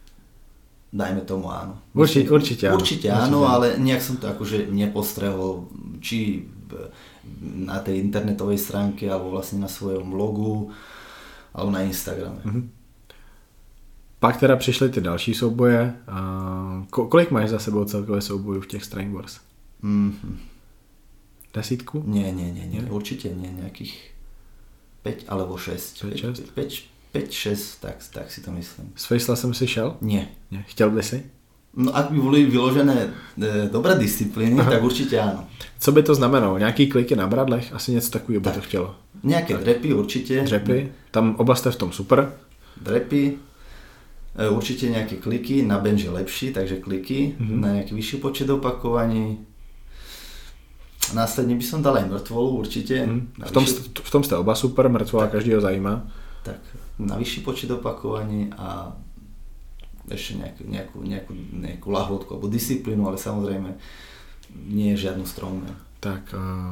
B: Dajme tomu áno.
A: Určite áno.
B: Určite áno, ale nejak som to akože nepostrehol, či na tej internetovej stránke, alebo vlastne na svojom blogu, alebo na Instagrame.
A: Pak teda přišly ty další souboje. Kolik máš za sebou celkové soubojů v těch Strength Wars? 10?
B: Nie. Určite nie, nejakých 5 alebo 6. 5-6, tak si to myslím.
A: S Facelessem si šel?
B: Nie.
A: Chtěl by si?
B: No ak by boli vyložené dobré disciplíny, tak určite áno.
A: Co by to znamenalo? Nějaký kliky na bradlech? Asi něco takového by to chtělo.
B: Nejaké drepy určite.
A: Drepy? Tam oba ste v tom super.
B: Drepy. Určite nejaké kliky, na bench je lepší, takže kliky, na nejaký vyšší počet opakovaní. Následne by som dal aj mŕtvolu určite.
A: V tom ste oba super, mŕtvola každýho zajímá.
B: Tak, na vyšší počet opakovaní a ešte nejakú lahôdku alebo disciplínu, ale samozrejme nie je žiadnu strongman.
A: Tak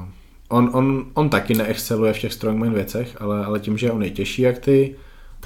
A: on taky neexceluje v těch strongman věcech, ale tím, že on je těžší jak ty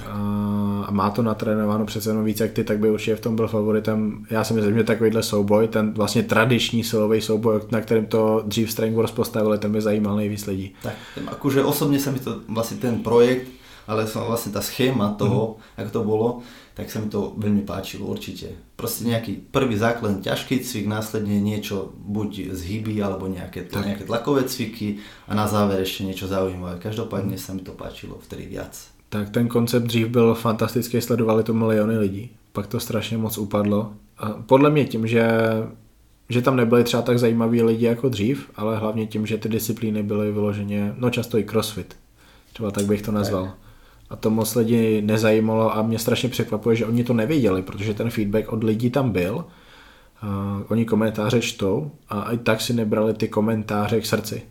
A: a má to natrénováno přece jenom víc jak ty, tak by určitě v tom byl favoritem. Já si myslím, že takovýhle souboj, ten vlastně tradiční silový souboj, na kterém to dřív Strength Wars postavili, ten by zajímal nejvíc lidí.
B: Tak, akože osobne sa mi to vlastne ten projekt, ale vlastne tá schéma toho, ako to bolo, tak sa mi to veľmi páčilo určite. Proste nejaký prvý základ, ťažký cvik, následne niečo buď zhyby, alebo nejaké tlakové cviky a na záver ešte niečo zaujímavé. Každopádne sa mi to páčilo vtedy viac.
A: Tak ten koncept dřív byl fantastický, sledovali to miliony lidí. Pak to strašně moc upadlo. A podle mě tím, že tam nebyli třeba tak zajímaví lidi jako dřív, ale hlavně tím, že ty disciplíny byly vyloženě, často i crossfit. Třeba tak bych to nazval. Tak. A to moc lidi nezajímalo a mě strašně překvapuje, že oni to nevěděli, protože ten feedback od lidí tam byl. Oni komentáře čtou a i tak si nebrali ty komentáře k srdci.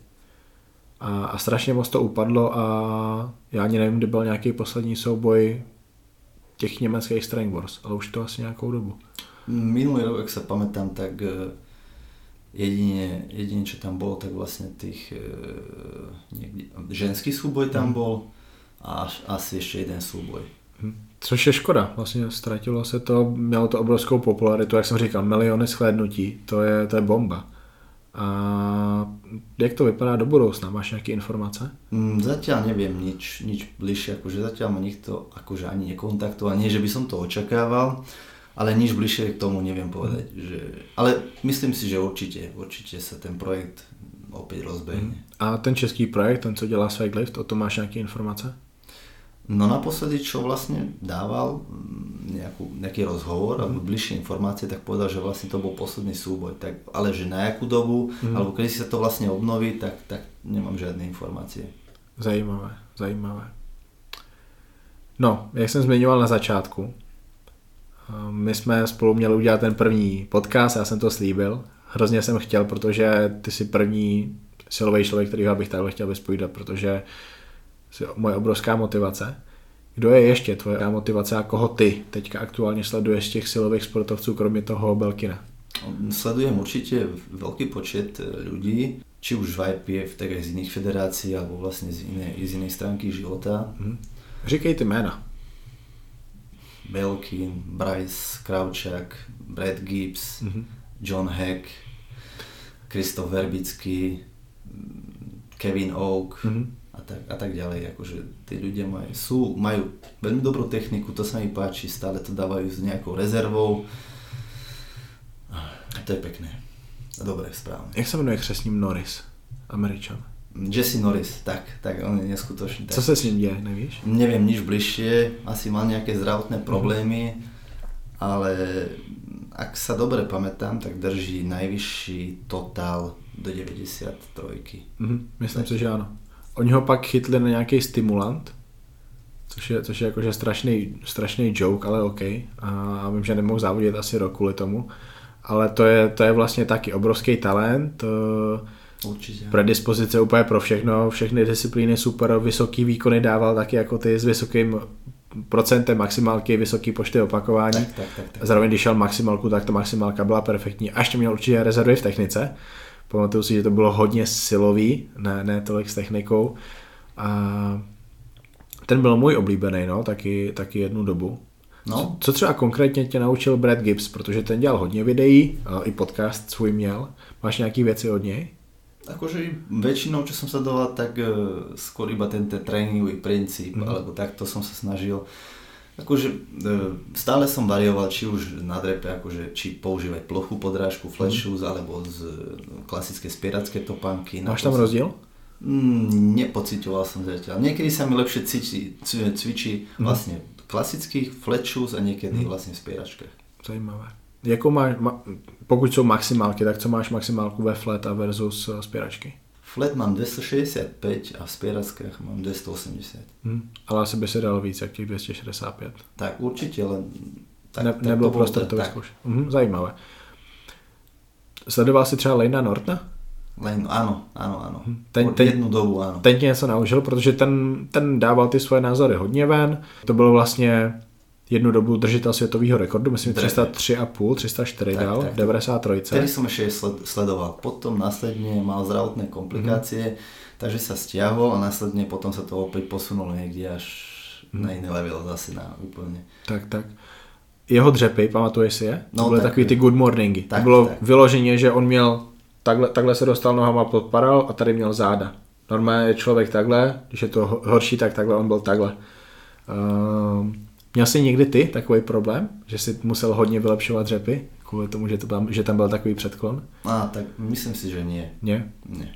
A: A strašně moc to upadlo a já ani nevím, kdy byl nějaký poslední souboj těch německých Strength Wars, ale už to asi nějakou dobu.
B: Minulý rok, jak sa pamätám, tak jedine čo tam bolo, tak vlastne tých ženský súboj tam bol a asi ešte jeden súboj.
A: Což je škoda, vlastně ztratilo se to, mělo to obrovskou popularitu, jak jsem říkal, miliony shlédnutí, to je bomba. A jak to vypadá do budoucna? Máš nějaké informace?
B: Zatiaľ neviem nič bližšie, akože zatiaľ ma nikto akože ani nekontaktoval, nie že by som to očakával, ale nič bližšie k tomu neviem povedať. Ale myslím si, že určite sa ten projekt opäť rozbehne.
A: A ten český projekt, ten co dělá Swagelift, o tom máš nějaké informace?
B: No naposledy, čo vlastne dával nejaký rozhovor alebo bližšie informácie, tak povedal, že vlastne to bol posledný súboj. Tak, ale že na jakú dobu, alebo kedy sa to vlastne obnoví, tak nemám žiadne informácie.
A: Zajímavé. No, jak jsem zmiňoval na začátku, my jsme spolu měli udělat ten první podcast, já jsem to slíbil. Hrozně jsem chtěl, protože ty jsi první silový člověk, kterýho bych takhle chtěl vyspovídat, protože jsi moje obrovská motivace. Kdo je ještě tvoje motivace a koho ty teďka aktuálně sleduješ z těch silových sportovců, kromě toho Belkina?
B: Sledujem určite veľký počet ľudí, či už v IPF, tak aj z iných federácií, alebo vlastne z inej stránky života.
A: Říkej ty jména.
B: Belkin, Bryce Kravčák, Brad Gibbs, John Heck, Kristof Verbický, Kevin Oak a tak ďalej. Akože tí ľudia majú veľmi dobrú techniku, to sa mi páči, stále to dávajú s nejakou rezervou. A to je pekné. A dobré, správne.
A: Jak sa jmenuje křesním Norris, Američan?
B: Jesse Norris, tak on je neskutočný.
A: Co se s ním děje, nevíš?
B: Neviem nič bližšie, asi mal nejaké zdravotné problémy, ale ak sa dobre pamätám, tak drží najvyšší totál do 93.
A: Myslím si, že ano. Oni ho pak chytli na nějaký stimulant, což je jakože strašný joke, ale OK. A vím, že nemohl závodit asi rok kvůli tomu. Ale to je vlastně taky obrovský talent.
B: Určitě.
A: Predispozice úplně pro všechny disciplíny, super vysoký výkony dával taky jako ty s vysokým procentem maximálky, vysoký počty opakování.
B: Tak.
A: Zároveň když šel maximálku, tak to maximálka byla perfektní. A ještě měl určitě rezervy v technice. Pamatuju si, že to bylo hodně silový, ne tolik s technikou. A ten byl můj oblíbený, no, taky jednu dobu.
B: No.
A: Co třeba konkrétně tě naučil Brad Gibbs, protože ten dělal hodně videí, i podcast svůj měl. Máš nějaký věci od něj?
B: Akože väčšinou, čo som sledoval, tak skôr iba ten tréningový princíp, alebo takto som sa snažil. Akože stále som varioval, či už na drepe, akože či používať plochú podrážku, flat shoes, alebo z klasické spieracké topánky.
A: Máš tam rozdiel?
B: Nepociťoval som zatiaľ. Niekedy sa mi lepšie cvičí vlastne klasických flat shoes a niekedy vlastne v spieračkách.
A: Zajímavé. Jakou máš, pokud jsou maximálky, tak co máš maximálku ve flat a versus spěračky?
B: Flat mám 265 a v spěračkách mám 280.
A: Ale asi by se dalo víc, jak těch 265.
B: Tak určitě, ale
A: nebylo prostor to vyzkoušet. Zajímavé. Sledoval jsi třeba Layna Nortona?
B: Ano. Jednu dobu, ano.
A: Ten tě něco naučil, protože ten dával ty svoje názory hodně ven. To bylo vlastně jednu dobu držitel světového rekordu, myslím 303,5, 304 dal v 93.
B: Vtedy som ešte sledoval. Potom následne mal zdravotné komplikácie, takže sa stiahol a následne potom sa to opäť posunulo niekde až na iný level zase na úplne.
A: Tak. Jeho dřepy, pamatuješ si je? To byly takový ty good morningy.
B: Tak,
A: to bylo vyloženě, že on měl takhle se dostal nohama pod parál a tady měl záda. Normálně je člověk takhle, když je to horší, tak takhle, on byl takhle. Měl jsi někdy ty takový problém, že jsi musel hodně vylepšovat dřepy kvůli tomu, že tam byl takový předklon?
B: Tak myslím si, že nie.
A: Nie? Nie.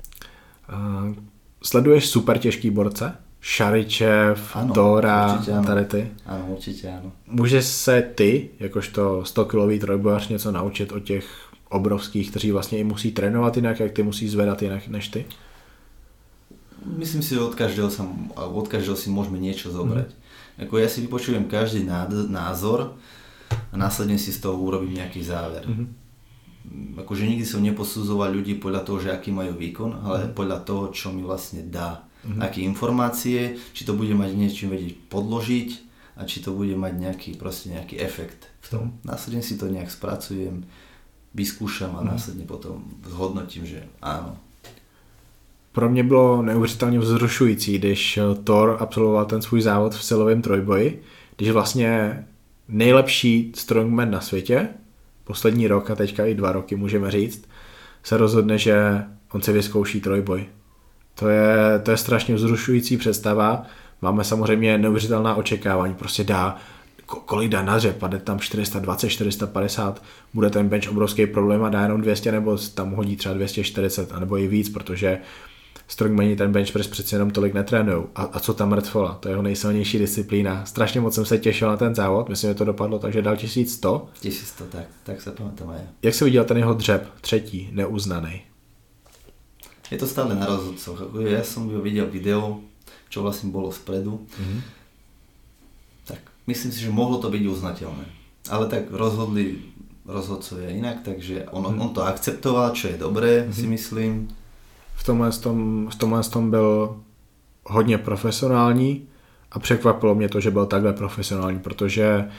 A: Sleduješ super těžký borce? Šaričev, Tóra, tady ty?
B: Ano, určitě ano.
A: Můžeš se ty, jakožto 100-kilový trojbojař, něco naučit od těch obrovských, kteří vlastně i musí trénovat jinak, jak ty musí zvedat jinak než ty?
B: Myslím si, že od každého si môžeme niečo zobrať. Ako ja si vypočujem každý názor a následne si z toho urobím nejaký záver. Akože nikdy som neposudzoval ľudí podľa toho, že aký majú výkon, ale podľa toho, čo mi vlastne dá. Aké informácie, či to bude mať niečím vedieť podložiť a či to bude mať nejaký efekt v tom. Následne si to nejak spracujem, vyskúšam a následne potom zhodnotím, že áno.
A: Pro mě bylo neuvěřitelně vzrušující, když Thor absolvoval ten svůj závod v silovém trojboji, když vlastně nejlepší strongman na světě, poslední rok a teďka i 2 roky můžeme říct, se rozhodne, že on si vyzkouší trojboj. To je strašně vzrušující představa. Máme samozřejmě neuvěřitelná očekávání. Prostě kolik dá na dřep, padne tam 420, 450, bude ten bench obrovský problém a dá jenom 200 nebo tam hodí třeba 240 anebo i víc, protože strongmani ten bench press přeci jenom tolik netrénujou. A co tam mrtvola, to je jeho nejsilnější disciplína. Strašně moc jsem se těšil na ten závod, myslím, že to dopadlo, takže dal 1100.
B: 1100, tak se pamätám aj.
A: Jak se viděl ten jeho dřep, 3. neuznaný?
B: Je to stále na rozhodcoch. Ja som videl video, čo vlastne bolo spredu. Tak myslím si, že mohlo to byť uznateľné. Ale tak rozhodli rozhodcovia inak, takže on to akceptoval, čo je dobré, si myslím.
A: V tomhle tom byl hodně profesionální a překvapilo mě to, že byl takhle profesionální, protože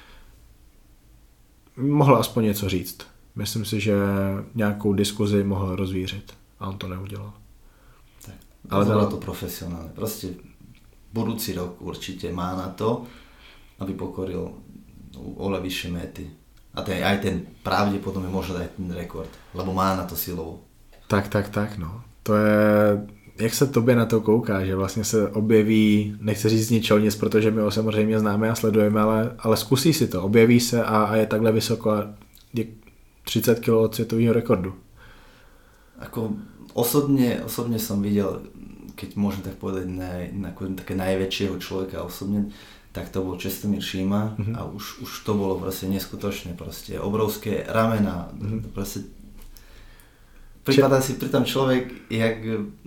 A: mohl aspoň něco říct. Myslím si, že nějakou diskuzi mohl rozvířit a on to neudělal.
B: Tak, ale bylo to profesionálne. Proste budúci rok určite má na to, aby pokoril oveľa vyššie méty. A aj ten pravdepodobne môže dať ten rekord, lebo má na to silovo.
A: Tak, no. To je, jak se tobě na to kouká, že vlastně se objeví, nechci říct ničelnic, protože my ho samozřejmě známe a sledujeme, ale zkusí si to, objeví se a je takhle vysoko a je 30 kg od světového rekordu.
B: Ako osobne som videl, keď môžem tak povedať, také najväčšieho človeka osobne, tak to bol Čestomír Šíma a už to bolo proste neskutočné, proste obrovské ramena, proste pripadá si pritom človek jak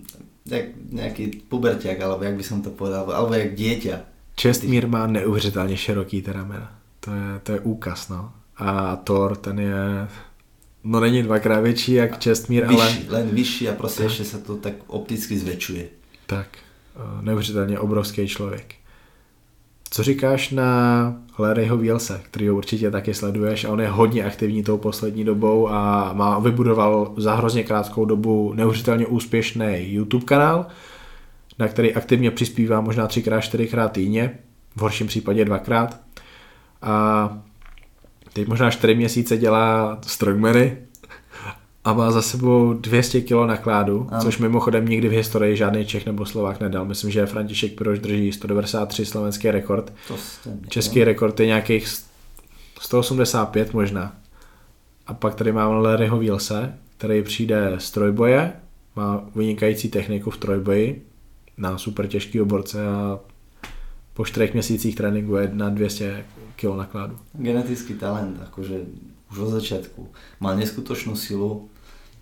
B: nejaký puberťák, alebo jak by som to povedal, alebo jak dieťa.
A: Čestmír má neuvěřitelně široký ty ramena, to je úkaz, no. A Thor, ten je, no není 2krát větší jak Čestmír, ale...
B: Len vyšší a prostě ještě se to tak opticky zväčšuje.
A: Tak, neuvěřitelně obrovský člověk. Co říkáš na Larryho Wheelse, kterýho určitě taky sleduješ a on je hodně aktivní tou poslední dobou a vybudoval za hrozně krátkou dobu neuvěřitelně úspěšný YouTube kanál, na který aktivně přispívá možná 3x, 4x týdně, v horším případě 2x. A teď možná 4 měsíce dělá strongmany a má za sebou 200 kg nakládu, což mimochodem nikdy v historii žádný Čech nebo Slovák nedal. Myslím, že František Piroš drží 193 slovenský rekord. Český rekord je nějakých 185 možná. A pak tady máme Larryho Wheelse, který přijde z trojboje, má vynikající techniku v trojboji na super těžký borce a po 4 měsících tréninku je na 200 kg nakládu.
B: Genetický talent, akože už od začiatku mal neskutočnú silu,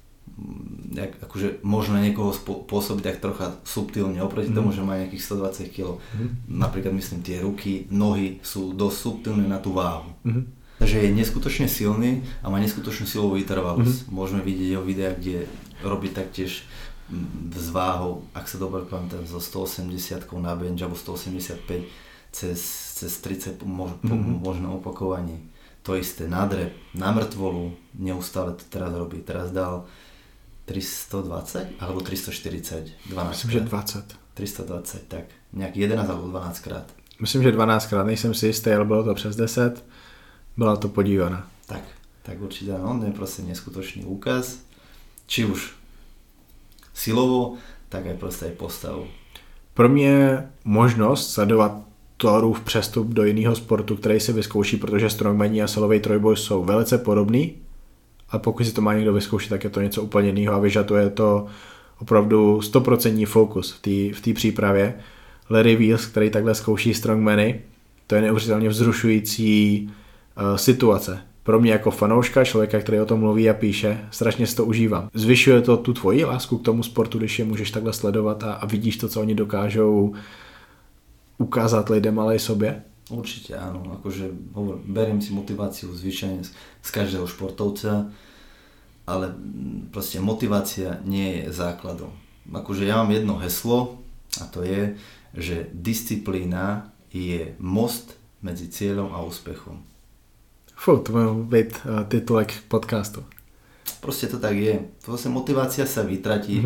B: akože možno niekoho pôsobiť tak trocha subtilne, oproti tomu, že má nejakých 120 kg. Napríklad myslím, tie ruky, nohy sú dosť subtilné na tú váhu. Takže je neskutočne silný a má neskutočnú silovú vytrvalosť. Môžeme vidieť jeho videa, kde robí taktiež s váhou, ak sa dobre pamätám, zo 180 na bench alebo 185 cez 30 možno opakovaní. To isté na drep, na mŕtvolu, neustále to teraz robí. Teraz dal 320 alebo 340, 12
A: Myslím, že 20.
B: 320, tak nějak 11 alebo 12 krát.
A: Myslím, že 12 krát, nejsem si jistý, ale bylo to přes 10. Byla to podívaná.
B: Tak určite on je proste neskutočný úkaz, či už silovo, tak aj proste aj postavou.
A: Pro mě možnost sledovat Thorův přestup do jiného sportu, který si vyzkouší, protože strongmani a silový trojboj jsou velice podobný, a pokud si to má někdo vyzkoušet, tak je to něco úplně jiného a vyžaduje to opravdu 100% fokus v té přípravě. Larry Wheelse, který takhle zkouší strongmany, to je neuvěřitelně vzrušující situace. Pro mě jako fanouška, člověka, který o tom mluví a píše, strašně si to užívám. Zvyšuje to tu tvoji lásku k tomu sportu, když je můžeš takhle sledovat a vidíš to, co oni dokážou ukázat lidem, ale i sobě?
B: Určite áno, akože beriem si motiváciu zvyčajne z každého športovca, ale proste motivácia nie je základom. Akože ja mám jedno heslo a to je, že disciplína je most medzi cieľom a úspechom.
A: To má byť titulek podcastu.
B: Proste to tak je. Proste motivácia sa vytratí,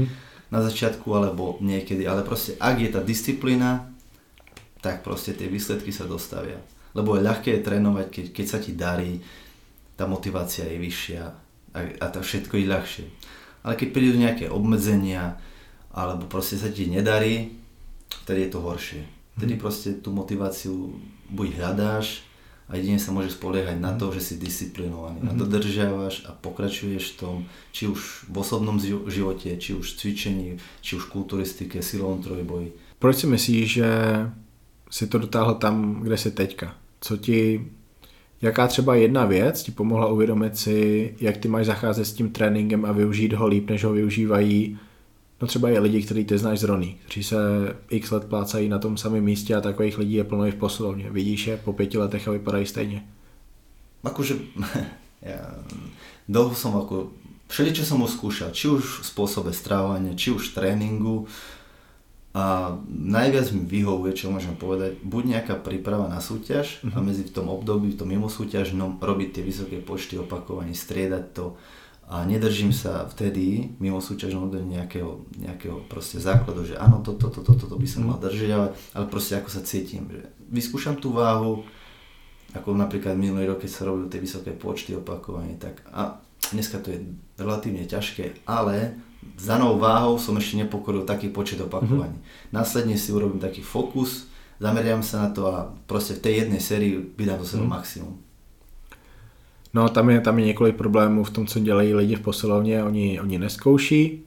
B: na začiatku alebo niekedy, ale proste ak je tá disciplína, tak proste tie výsledky sa dostavia. Lebo je ľahké trénovať, keď sa ti darí, tá motivácia je vyššia a to všetko je ľahšie. Ale keď prídu nejaké obmedzenia, alebo proste sa ti nedarí, vtedy je to horšie. Vtedy proste tú motiváciu buď hľadáš a jedine sa môžeš spoliehať na to, že si disciplinovaný a dodržiavaš a pokračuješ v tom, či už v osobnom živote, či už v cvičení, či už v kulturistike, silovom trojboji.
A: Proč si myslíš, že si to dotáhl tam, kde jsi teďka? Jaká třeba jedna věc ti pomohla uvědomit si, jak ty máš zacházet s tím tréninkem a využít ho líp, než ho využívají no třeba i lidi, který ty znáš z Rony, kteří se x let plácají na tom samém místě a takových lidí je plno i v posilovně. Vidíš je po 5 letech a vypadají stejně.
B: Akože, ja dlho som všeličo som už skúšal, či už v spôsobe strávania, či už v tréningu a najviac mi vyhovuje, čo môžem povedať, buď nejaká príprava na súťaž a medzi v tom období, v tom mimosúťažnom robiť tie vysoké počty opakovaní, striedať to a nedržím sa vtedy mimo súťažnom období nejakého proste základu, že áno, toto by som mal držiavať, ale proste ako sa cítim, že vyskúšam tú váhu, ako napríklad minulý rok, keď sa robil tie vysoké počty opakovaní, tak a dneska to je relatívne ťažké, ale s danou váhou som ešte nepokoril taký počet opakovaní. Následne si urobím taký fokus, zameriam sa na to a proste v tej jednej sérii vydám do sebe maximum.
A: No tam je několik problémů v tom, co dělají lidi v posilovně. Oni nezkouší,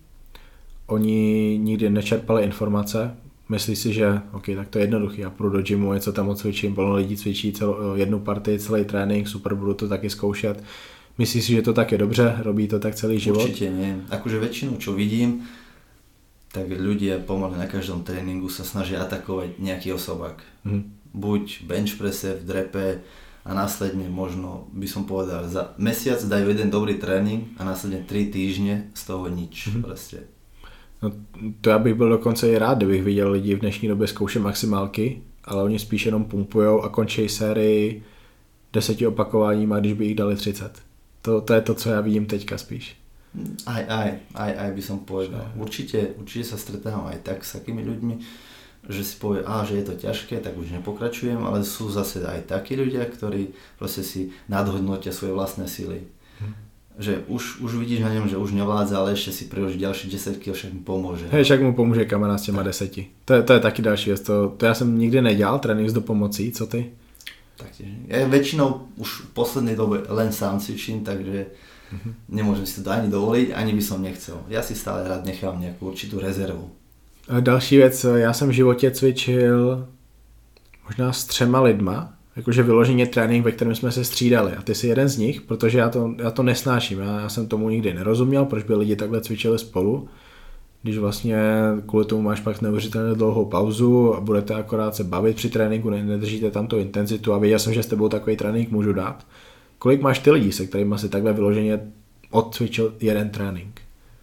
A: oni nikdy nečerpali informace, myslí si, že ok, tak to je jednoduchý, já půjdu do gymu, něco tam odcvičím, plno lidí cvičí jednu partii, celý trénink, super, budu to taky zkoušet. Myslíš si, že to tak je dobře? Robí to tak celý život?
B: Určite nie. Akože väčšinu, čo vidím, tak ľudia pomaly na každom tréningu sa snažia atakovať nejaký osobák. Buď bench presse v drepe a následne možno by som povedal, za mesiac dajú jeden dobrý tréning a následne 3 týždne z toho nič. Proste.
A: No, to já bych byl dokonce i rád, kdybych viděl lidi v dnešní době zkoušet maximálky, ale oni spíš jenom pumpujou a končí sérii 10 opakováním, a když by jich dali 30. To je to, co já vidím teďka spíš. Aj
B: by som povedal. Určite sa stretávam aj tak s takými ľuďmi, že si povie, že je to ťažké, tak už nepokračujem, ale sú zase aj takí ľudia, ktorí proste si nadhodnotia svoje vlastné sily. Že už vidíš na ňom, že už nevládza, ale ešte si priloží ďalší 10 kg, však mu pomôže.
A: Hej, však mu pomůže kamarád s těma 10. To je taky další věc. To já jsem nikdy nedělal, trénink s dopomocí, co ty?
B: Taktiež. Ja väčšinou už v poslednej dobe len sám cvičím, takže nemôžem si to ani dovoliť, ani by som nechcel. Ja si stále rád nechám nejakú určitú rezervu.
A: Další věc, já jsem v životě cvičil možná s 3 lidma, jakože vyloženě trénink, ve kterém jsme se střídali a ty jsi jeden z nich, protože já to nesnáším, já jsem tomu nikdy nerozuměl, proč by lidi takhle cvičili spolu, když vlastně kvůli tomu máš pak neuvěřitelně dlouhou pauzu a budete akorát se bavit při tréninku, nedržíte tam tu intenzitu a věděl jsem, že s tebou takový trénink můžu dát. Kolik máš ty lidí, se kterými si takhle vyloženě odcvičil jeden trénink?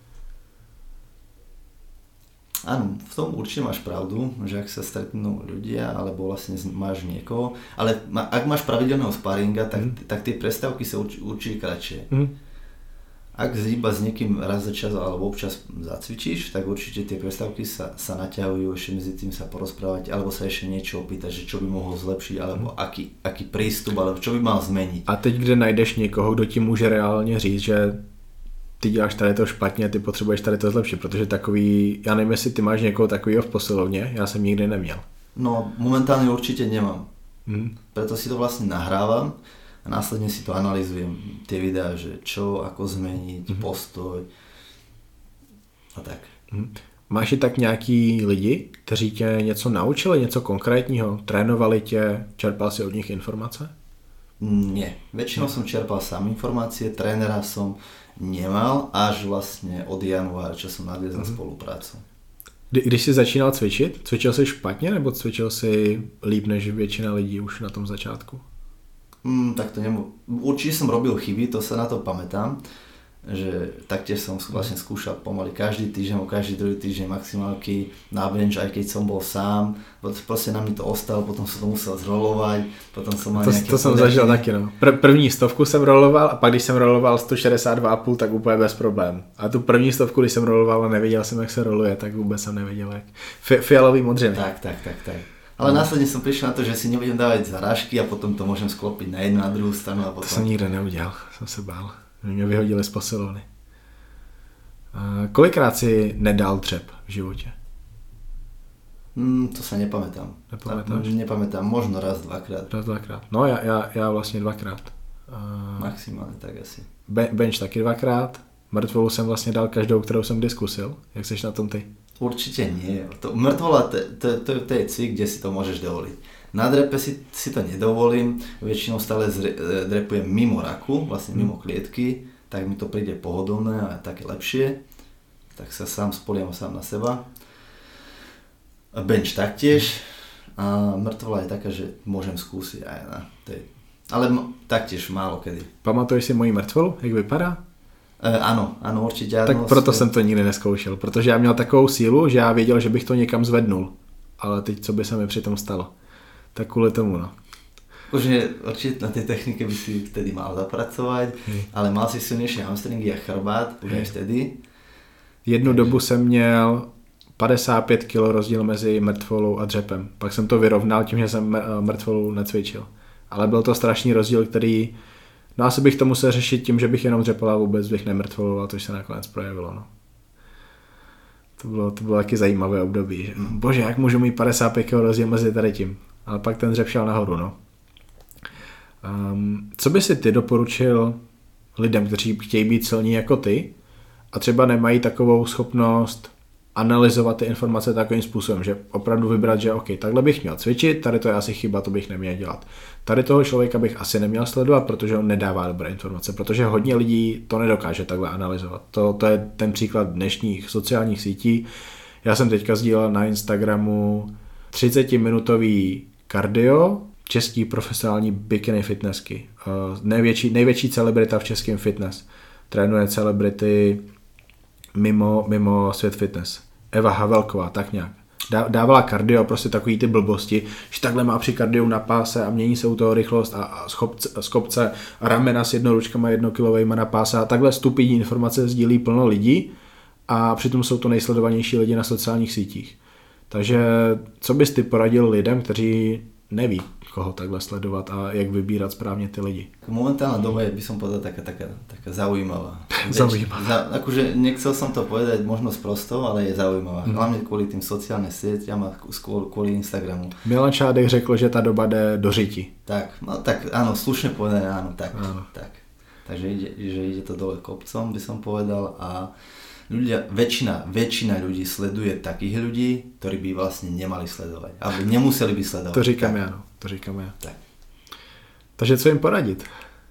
B: Áno, v tom určite máš pravdu, že ak sa stretnú ľudia, alebo vlastne máš niekoho, ale ak máš pravidelného sparinga, tak tie prestávky sa určite kratšie. Ak iba s niekým raz za čas alebo občas zacvičíš, tak určite tie prestávky sa naťahujú, ešte medzi tým sa porozprávať, alebo sa ešte niečo opýtať, že čo by mohol zlepšiť, alebo aký prístup, alebo čo by mal zmeniť.
A: A teď, kde najdeš někoho, kdo ti může reálně říct, že ty děláš tady to špatně, ty potřebuješ tady to zlepšit, protože takový, já nevím, jestli ty máš někoho takového v posilovně, já jsem nikdy neměl.
B: No, momentálne určite nemám. Preto si to vlastne nahrávam a následne si to analyzujem, tie videá, že čo, ako zmeniť, postoj a tak.
A: Máš i tak nějaký lidi, kteří tě něco naučili, něco konkrétního, trénovali tě, čerpal si od nich informace?
B: Nie, väčšinou som čerpal sám informácie, trénera som nemal až vlastne od januára, čo som nadviezal spoluprácu.
A: Když jsi začínal cvičit, cvičil jsi špatně nebo cvičil jsi líp než většina lidí už na tom začátku?
B: Tak to určite som robil chyby, to sa na to pamätám, že taktiež som vlastne skúšal pomaly každý týždeň, každý druhý týždeň maximálky na bench, aj keď som bol sám, proste na mi to ostalo, potom som to musel zrolovať, potom som mal nejaké...
A: To jsem zažil taky, no. První 100 jsem roloval a pak když jsem roloval 162,5, tak úplně bez problém. A tu první 100, když jsem roloval a nevěděl jsem, jak se roluje, tak vůbec jsem nevěděl, jak. Fialový modřiny.
B: Tak. Ale následne som prišiel na to, že si nebudem dávať zarážky a potom to môžem sklopiť na jednu, na druhou stranu a potom...
A: To jsem nikde neudělal, jsem se bál. Mě vyhodili z posilovny. Kolikrát si nedal dřep v životě?
B: To sa nepamätám. Nepamätám, možno raz, dvakrát.
A: No já vlastně dvakrát.
B: Maximálně tak asi.
A: Bench taky dvakrát. Mrtvolu jsem vlastně dal každou, kterou jsem diskusil. Jak seš na tom ty?
B: Určite nie. Mŕtvola to je cvik, kde si to môžeš dovoliť. Na drepe si to nedovolím, väčšinou stále drepujem mimo raku, vlastne mimo klietky, tak mi to príde pohodlné a také lepšie. Tak sa sám spoliam sám na seba. Bench taktiež. A mŕtvola je taká, že môžem skúsiť aj na tej. Ale taktiež málo kedy.
A: Pamatuješ si moji mrtvolu, jak vypadá?
B: Ano, určitě.
A: Tak proto jsem to nikdy neskoušel, protože já měl takovou sílu, že já věděl, že bych to někam zvednul. Ale teď co by se mi přitom stalo? Tak kvůli tomu, no.
B: Že určitě na té technice by si vtedy mal zapracovat, ale mal si silnější hamstringy a chrbát, už aj vtedy.
A: Jednu dobu jsem měl 55 kg rozdíl mezi mrtvolou a dřepem. Pak jsem to vyrovnal tím, že jsem mrtvolu necvičil. Ale byl to strašný rozdíl, který... No asi bych to musel řešit tím, že bych jenom dřepal a vůbec bych nemrtvoloval, což se nakonec projevilo. No. To bylo taky zajímavé období. Že? Bože, jak můžu mít 55 kg rozdíl mezi tady tím? Ale pak ten dřep šel nahoru. No. Co by si ty doporučil lidem, kteří chtějí být silní jako ty a třeba nemají takovou schopnost analyzovat ty informace takovým způsobem, že opravdu vybrat, že OK, takhle bych měl cvičit, tady to je asi chyba, to bych neměl dělat. Tady toho člověka bych asi neměl sledovat, protože on nedává dobré informace, protože hodně lidí to nedokáže takhle analyzovat. To je ten příklad dnešních sociálních sítí. Já jsem teďka sdílel na Instagramu 30-minutový kardio, český profesionální bikini fitnessky. Největší celebrita v českém fitness. Trénuje celebrity mimo svět fitness. Eva Havelková, tak nějak. Dávala kardio, prostě takový ty blbosti, že takhle má při kardiu na páse a mění se u toho rychlost a z kopce a ramena s jednoručkama 1kilovejma na páse a takhle stupidní informace sdílí plno lidí a přitom jsou to nejsledovanější lidi na sociálních sítích. Takže co bys ty poradil lidem, kteří neví, koho takhle sledovat a jak vybírat správne ty lidi?
B: Momentálna doba je, by som povedal, taká zaujímavá. Akože nechcel som to povedať možno sprosto, ale je zaujímavá. Hlavne kvôli tým sociálnym sieťam a kvôli Instagramu.
A: Milan Čádek řekl, že ta doba jde do řiti.
B: Tak áno, slušne povedané, áno, tak. Takže ide to dole kopcom, by som povedal a väčšina ľudí sleduje takých ľudí, ktorí by vlastne nemali sledovať. Alebo nemuseli by sledovať.
A: To říkám já, no. To říkám já. Tak. Takže co jim poradit?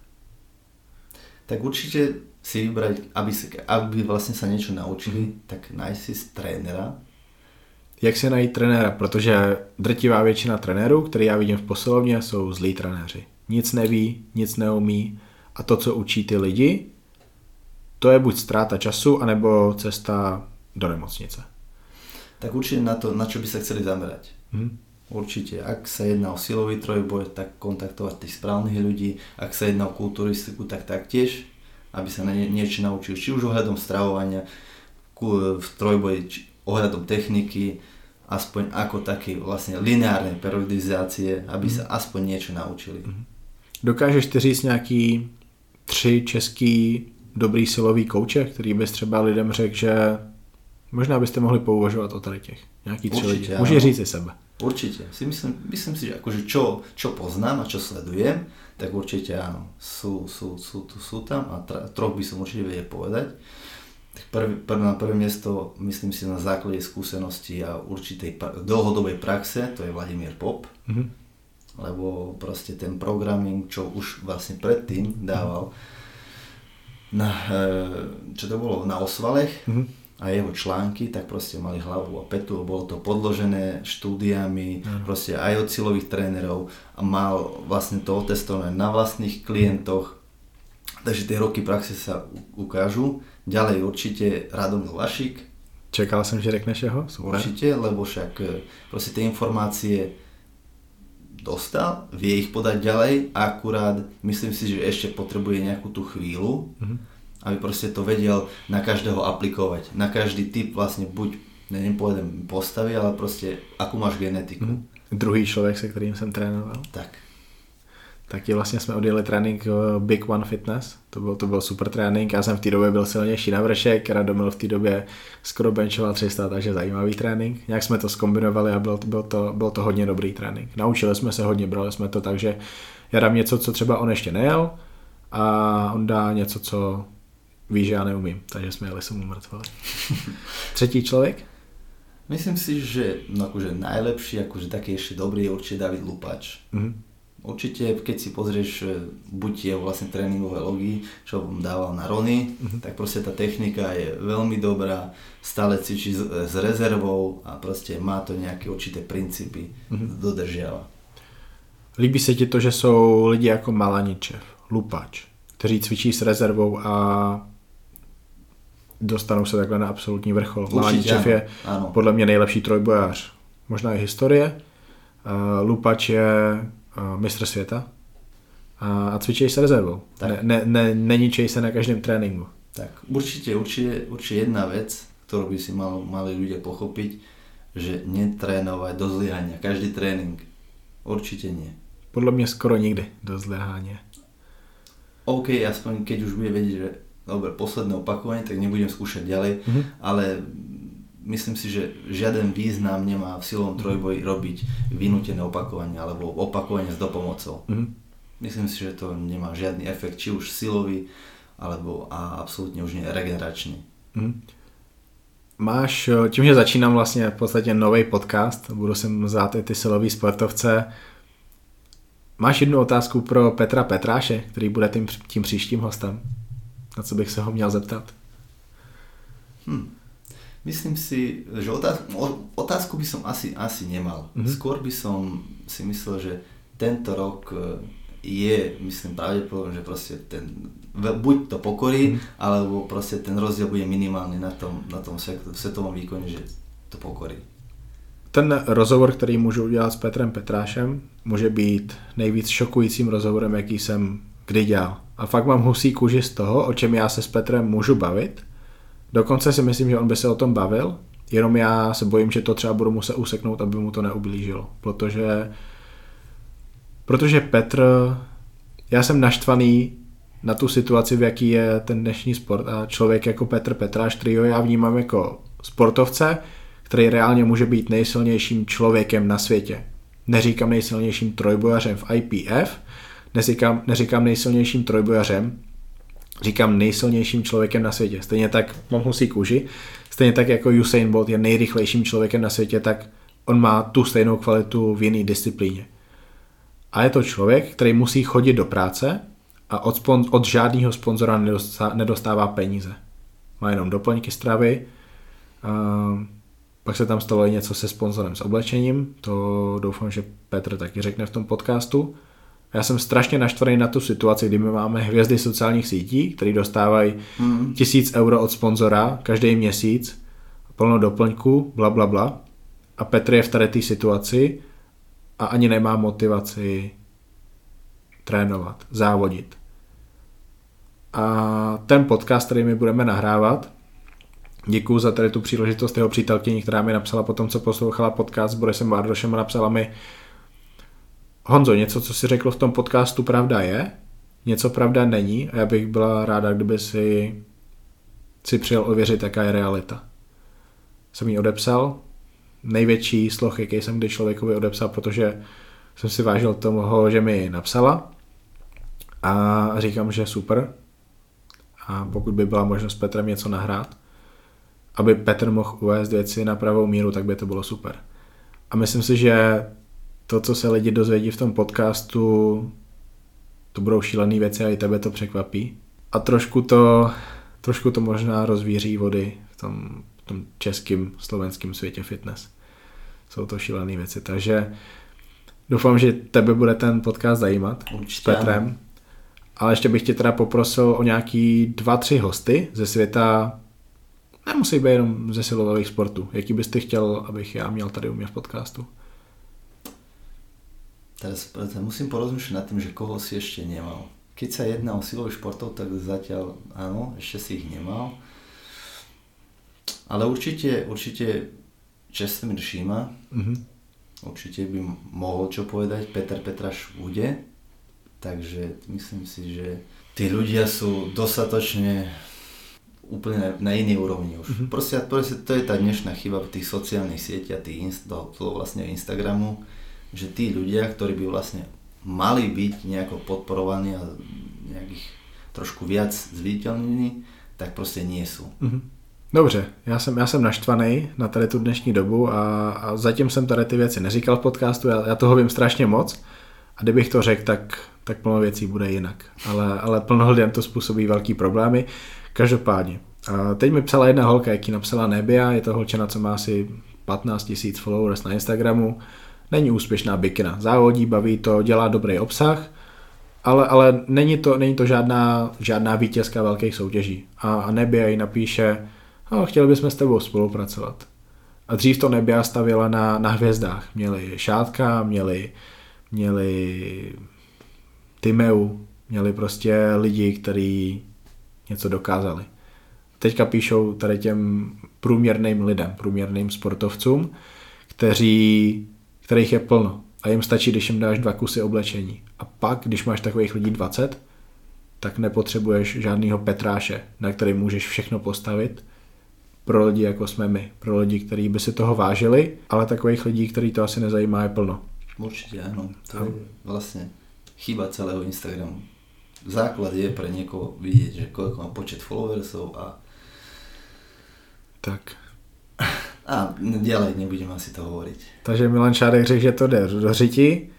B: Tak určite si vybrať, aby vlastne sa niečo naučili, tak nájsť si trénera.
A: Jak si najít trenéra? Protože drtivá většina trenérů, který já vidím v posilovně, jsou zlí trenéři. Nic neví, nic neumí a to, co učí ty lidi, to je buď ztráta času, anebo cesta do nemocnice.
B: Tak určite na čo by sa chceli zamerať. Určite, ak sa jedná o silový trojboj, tak kontaktovať tých správnych ľudí, ak sa jedná o kulturistiku, tak taktiež, aby sa niečo naučili, či už ohľadom stravovania, v trojboji, ohľadom techniky, aspoň ako také vlastne lineárnej periodizácie, aby sa aspoň niečo naučili.
A: Dokážeš ty říct nějaký 3 český dobrý silový kouče, který bys třeba lidem řekl, že možná byste mohli pouvažovat o tady těch. Nějaký 3 lidi. Můžeš říct i sebe.
B: Určite. Myslím si, že akože čo poznám a čo sledujem, tak určite áno. Sú tam a 3 by som určite vedel povedať. Tak na prvé miesto myslím si na základe skúsenosti a určitej dlhodobej praxe, to je Vladimír Pop. Lebo proste ten programming, čo už vlastne predtým dával čo to bolo, na osvalech a jeho články, tak proste mali hlavu a petu, bolo to podložené štúdiami, proste aj od silových trénerov a mal vlastne to otestované na vlastných klientoch Takže tie roky praxe sa ukážu. Ďalej určite Radomil Vašík.
A: Čekal jsem, že řekneš jeho. Super.
B: Určite, lebo však proste tie informácie dostal, vie ich podať ďalej, akurát myslím si, že ešte potrebuje nejakú tú chvíľu, aby proste to vedel na každého aplikovať. Na každý typ vlastne buď, nepoviem postavy, ale proste akú máš genetiku.
A: Druhý člověk, se kterým jsem trénoval.
B: Tak.
A: Taky vlastně jsme odjeli trénink Big One Fitness, to byl super trénink, já jsem v té době byl silnější na vršek, Radomil v té době skoro benchoval 300, takže zajímavý trénink. Nějak jsme to zkombinovali a byl to hodně dobrý trénink. Naučili jsme se hodně, brali jsme to tak, že já dám něco, co třeba on ještě nejel a on dá něco, co ví, že já neumím, takže jsme jeli som umrtvali. Třetí člověk?
B: Myslím si, že no akože najlepší, akože taký ešte dobrý je určite David Lupač. Určite, keď si pozrieš buď jeho vlastne tréningové logy, čo dával na Rony, tak proste tá technika je veľmi dobrá, stále cvičí s rezervou a proste má to nejaké určité princípy, dodržiava.
A: Líbí se ti to, že jsou lidi jako Malaničev, Lupač, kteří cvičí s rezervou a dostanou se takhle na absolutní vrchol. Malaničev je podle mě nejlepší trojbojář, možná i historie. Lupač je mistr světa a cvičí s rezervou. Neničej se na každém tréninku.
B: Tak určite jedna vec, ktorú by si mali ľudia pochopiť, že netrénovať do zlyhania. Každý trénink. Určite nie.
A: Podľa mňa skoro nikdy do zlyhania.
B: OK, aspoň keď už bude vedieť, že dobre, posledné opakovanie, tak nebudem skúšať ďalej, ale myslím si, že žiaden význam nemá v silovom trojboji robiť vynútené opakovanie alebo opakovanie s dopomocou. Myslím si, že to nemá žiadny efekt, či už silový, alebo a absolútne už nie regeneračný.
A: Máš, tím, že začínám vlastně v podstatě nový podcast, budu sem zvát i ty silový sportovce, máš jednu otázku pro Petra Petráše, který bude tím příštím hostem? Na co bych se ho měl zeptat?
B: Myslím si, že otázku by som asi nemal. Skôr by som si myslel, že tento rok je, myslím, pravdepodobne, že proste buď to pokorí, alebo proste ten rozdiel bude minimálny na tom svetovom výkone, že to pokorí.
A: Ten rozhovor, který můžu udělat s Petrem Petrášem, může být nejvíc šokujícím rozhovorem, jaký jsem kdy dělal. A fakt mám husí kůži z toho, o čem já se s Petrem můžu bavit. Dokonce si myslím, že on by se o tom bavil, jenom já se bojím, že to třeba budu muset useknout, aby mu to neublížilo. Protože Petr, já jsem naštvaný na tu situaci, v jaký je ten dnešní sport a člověk jako Petr Petráš, který ho já vnímám jako sportovce, který reálně může být nejsilnějším člověkem na světě. Neříkám nejsilnějším trojbojařem v IPF, neříkám nejsilnějším trojbojařem, říkám nejsilnějším člověkem na světě. Stejně tak mám husí kůži, stejně tak jako Usain Bolt je nejrychlejším člověkem na světě, tak on má tu stejnou kvalitu v jiné disciplíně. A je to člověk, který musí chodit do práce a od žádného sponzora nedostává peníze. Má jenom doplňky stravy, pak se tam stalo i něco se sponzorem s oblečením, to doufám, že Petr taky řekne v tom podcastu. Já jsem strašně naštvaný na tu situaci, kdy my máme hvězdy sociálních sítí, které dostávají 1000 euro od sponzora každý měsíc, plno doplňků, bla bla bla. A Petr je v tady té situaci a ani nemá motivaci trénovat, závodit. A ten podcast, který my budeme nahrávat, děkuju za tady tu příležitost jeho přítelkyni, která mi napsala potom, co poslouchala podcast s Borisem Bardošem a napsala mi: Honzo, něco, co jsi řekl v tom podcastu, pravda je, něco pravda není a já bych byla ráda, kdyby si přijel ověřit, jaká je realita. Jsem jí odepsal, největší sloh, jaký jsem kdy člověkovi odepsal, protože jsem si vážil toho, že mi napsala a říkám, že super a pokud by byla možnost s Petrem něco nahrát, aby Petr mohl uvést věci na pravou míru, tak by to bylo super. A myslím si, že to, co se lidi dozvědí v tom podcastu, to budou šílený věci a i tebe to překvapí. A trošku to možná rozvíří vody v tom českém, slovenském světě fitness. Jsou to šílený věci, takže doufám, že tebe bude ten podcast zajímat s Petrem. Ale ještě bych tě teda poprosil o nějaký 2-3 hosty ze světa, nemusí být jenom ze silových sportů. Jaký bys ty chtěl, abych já měl tady u mě v podcastu?
B: Teraz musím porozmýšľať nad tým, že koho si ešte nemal. Keď sa jedná o silových športov, tak zatiaľ áno, ešte si ich nemal. Ale určite Čestmír Šíma, určite by mohol čo povedať, Peter Petraš bude, takže myslím si, že tí ľudia sú dostatočne úplne na inej úrovni už. Proste to je tá dnešná chyba v tých sociálnych sieťach, toho vlastne Instagramu, že tí ľudia, ktorí by vlastne mali byť nejako podporovaní a nejakých trošku viac zviditeľnení, tak prostě nie sú.
A: Dobře, já jsem naštvaný na tady tu dnešní dobu a zatím jsem tady ty věci neříkal v podcastu, já toho vím strašně moc a kdybych to řekl, tak plno věcí bude jinak. Ale plno lidem to způsobí velký problémy. Každopádně. A teď mi psala jedna holka, jaký napsala Nebia, je to holčina, co má asi 15 000 followers na Instagramu. Není úspěšná bikina. Závodí, baví to, dělá dobrý obsah, ale není to žádná vítězka velkých soutěží. A Nebia jí napíše, chtěli bychom s tebou spolupracovat. A dřív to Nebia stavěla na hvězdách. Měli Šátka, měli Timeu, měli prostě lidi, kteří něco dokázali. Teďka píšou tady těm průměrným lidem, průměrným sportovcům, kterých je plno. A jim stačí, když jim dáš 2 kusy oblečení. A pak, když máš takových lidí 20, tak nepotřebuješ žádného Petráše, na který můžeš všechno postavit pro lidi, jako jsme my. Pro lidi, kteří by si toho vážili, ale takových lidí, který to asi nezajímá, je plno.
B: Určitě ano. To je vlastně chyba celého Instagramu. Základ je pre niekoho vidieť, že koľko má počet followersov a...
A: Tak.
B: A ďalej nebudem asi to hovoriť.
A: Takže Milan Šádek řekl, že to jde do řiti,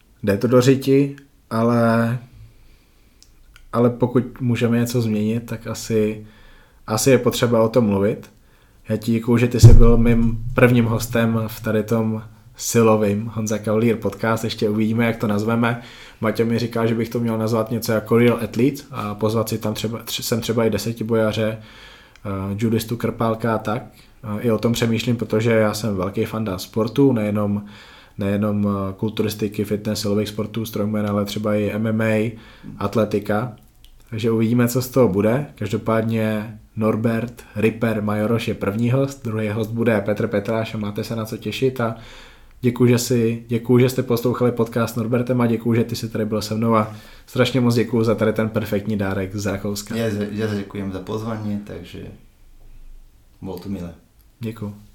A: ale pokud můžeme něco změnit, tak asi je potřeba o tom mluvit. Já ti děkuju, že ty jsi byl mým prvním hostem v tady tom silovým Honza Cavalier podcast, ještě uvidíme, jak to nazveme. Maťo mi říká, že bych to měl nazvat něco jako Real Athlete a pozvat si tam třeba i 10 bojaře, judistu, krpálka a tak. I o tom přemýšlím, protože já jsem velký fanda sportu, nejenom kulturistiky, fitness, silových sportů, strongman, ale třeba i MMA, atletika. Takže uvidíme, co z toho bude. Každopádně Norbert Ripper Majoroš je první host, druhý host bude Petr Petráš a máte se na co těšit a děkuju, že jste poslouchali podcast s Norbertem a děkuju, že ty jsi tady byl se mnou a strašně moc děkuju za tady ten perfektní dárek z Rakouska.
B: Ja ďakujem za pozvanie, takže bolo to milé.
A: Děkuju.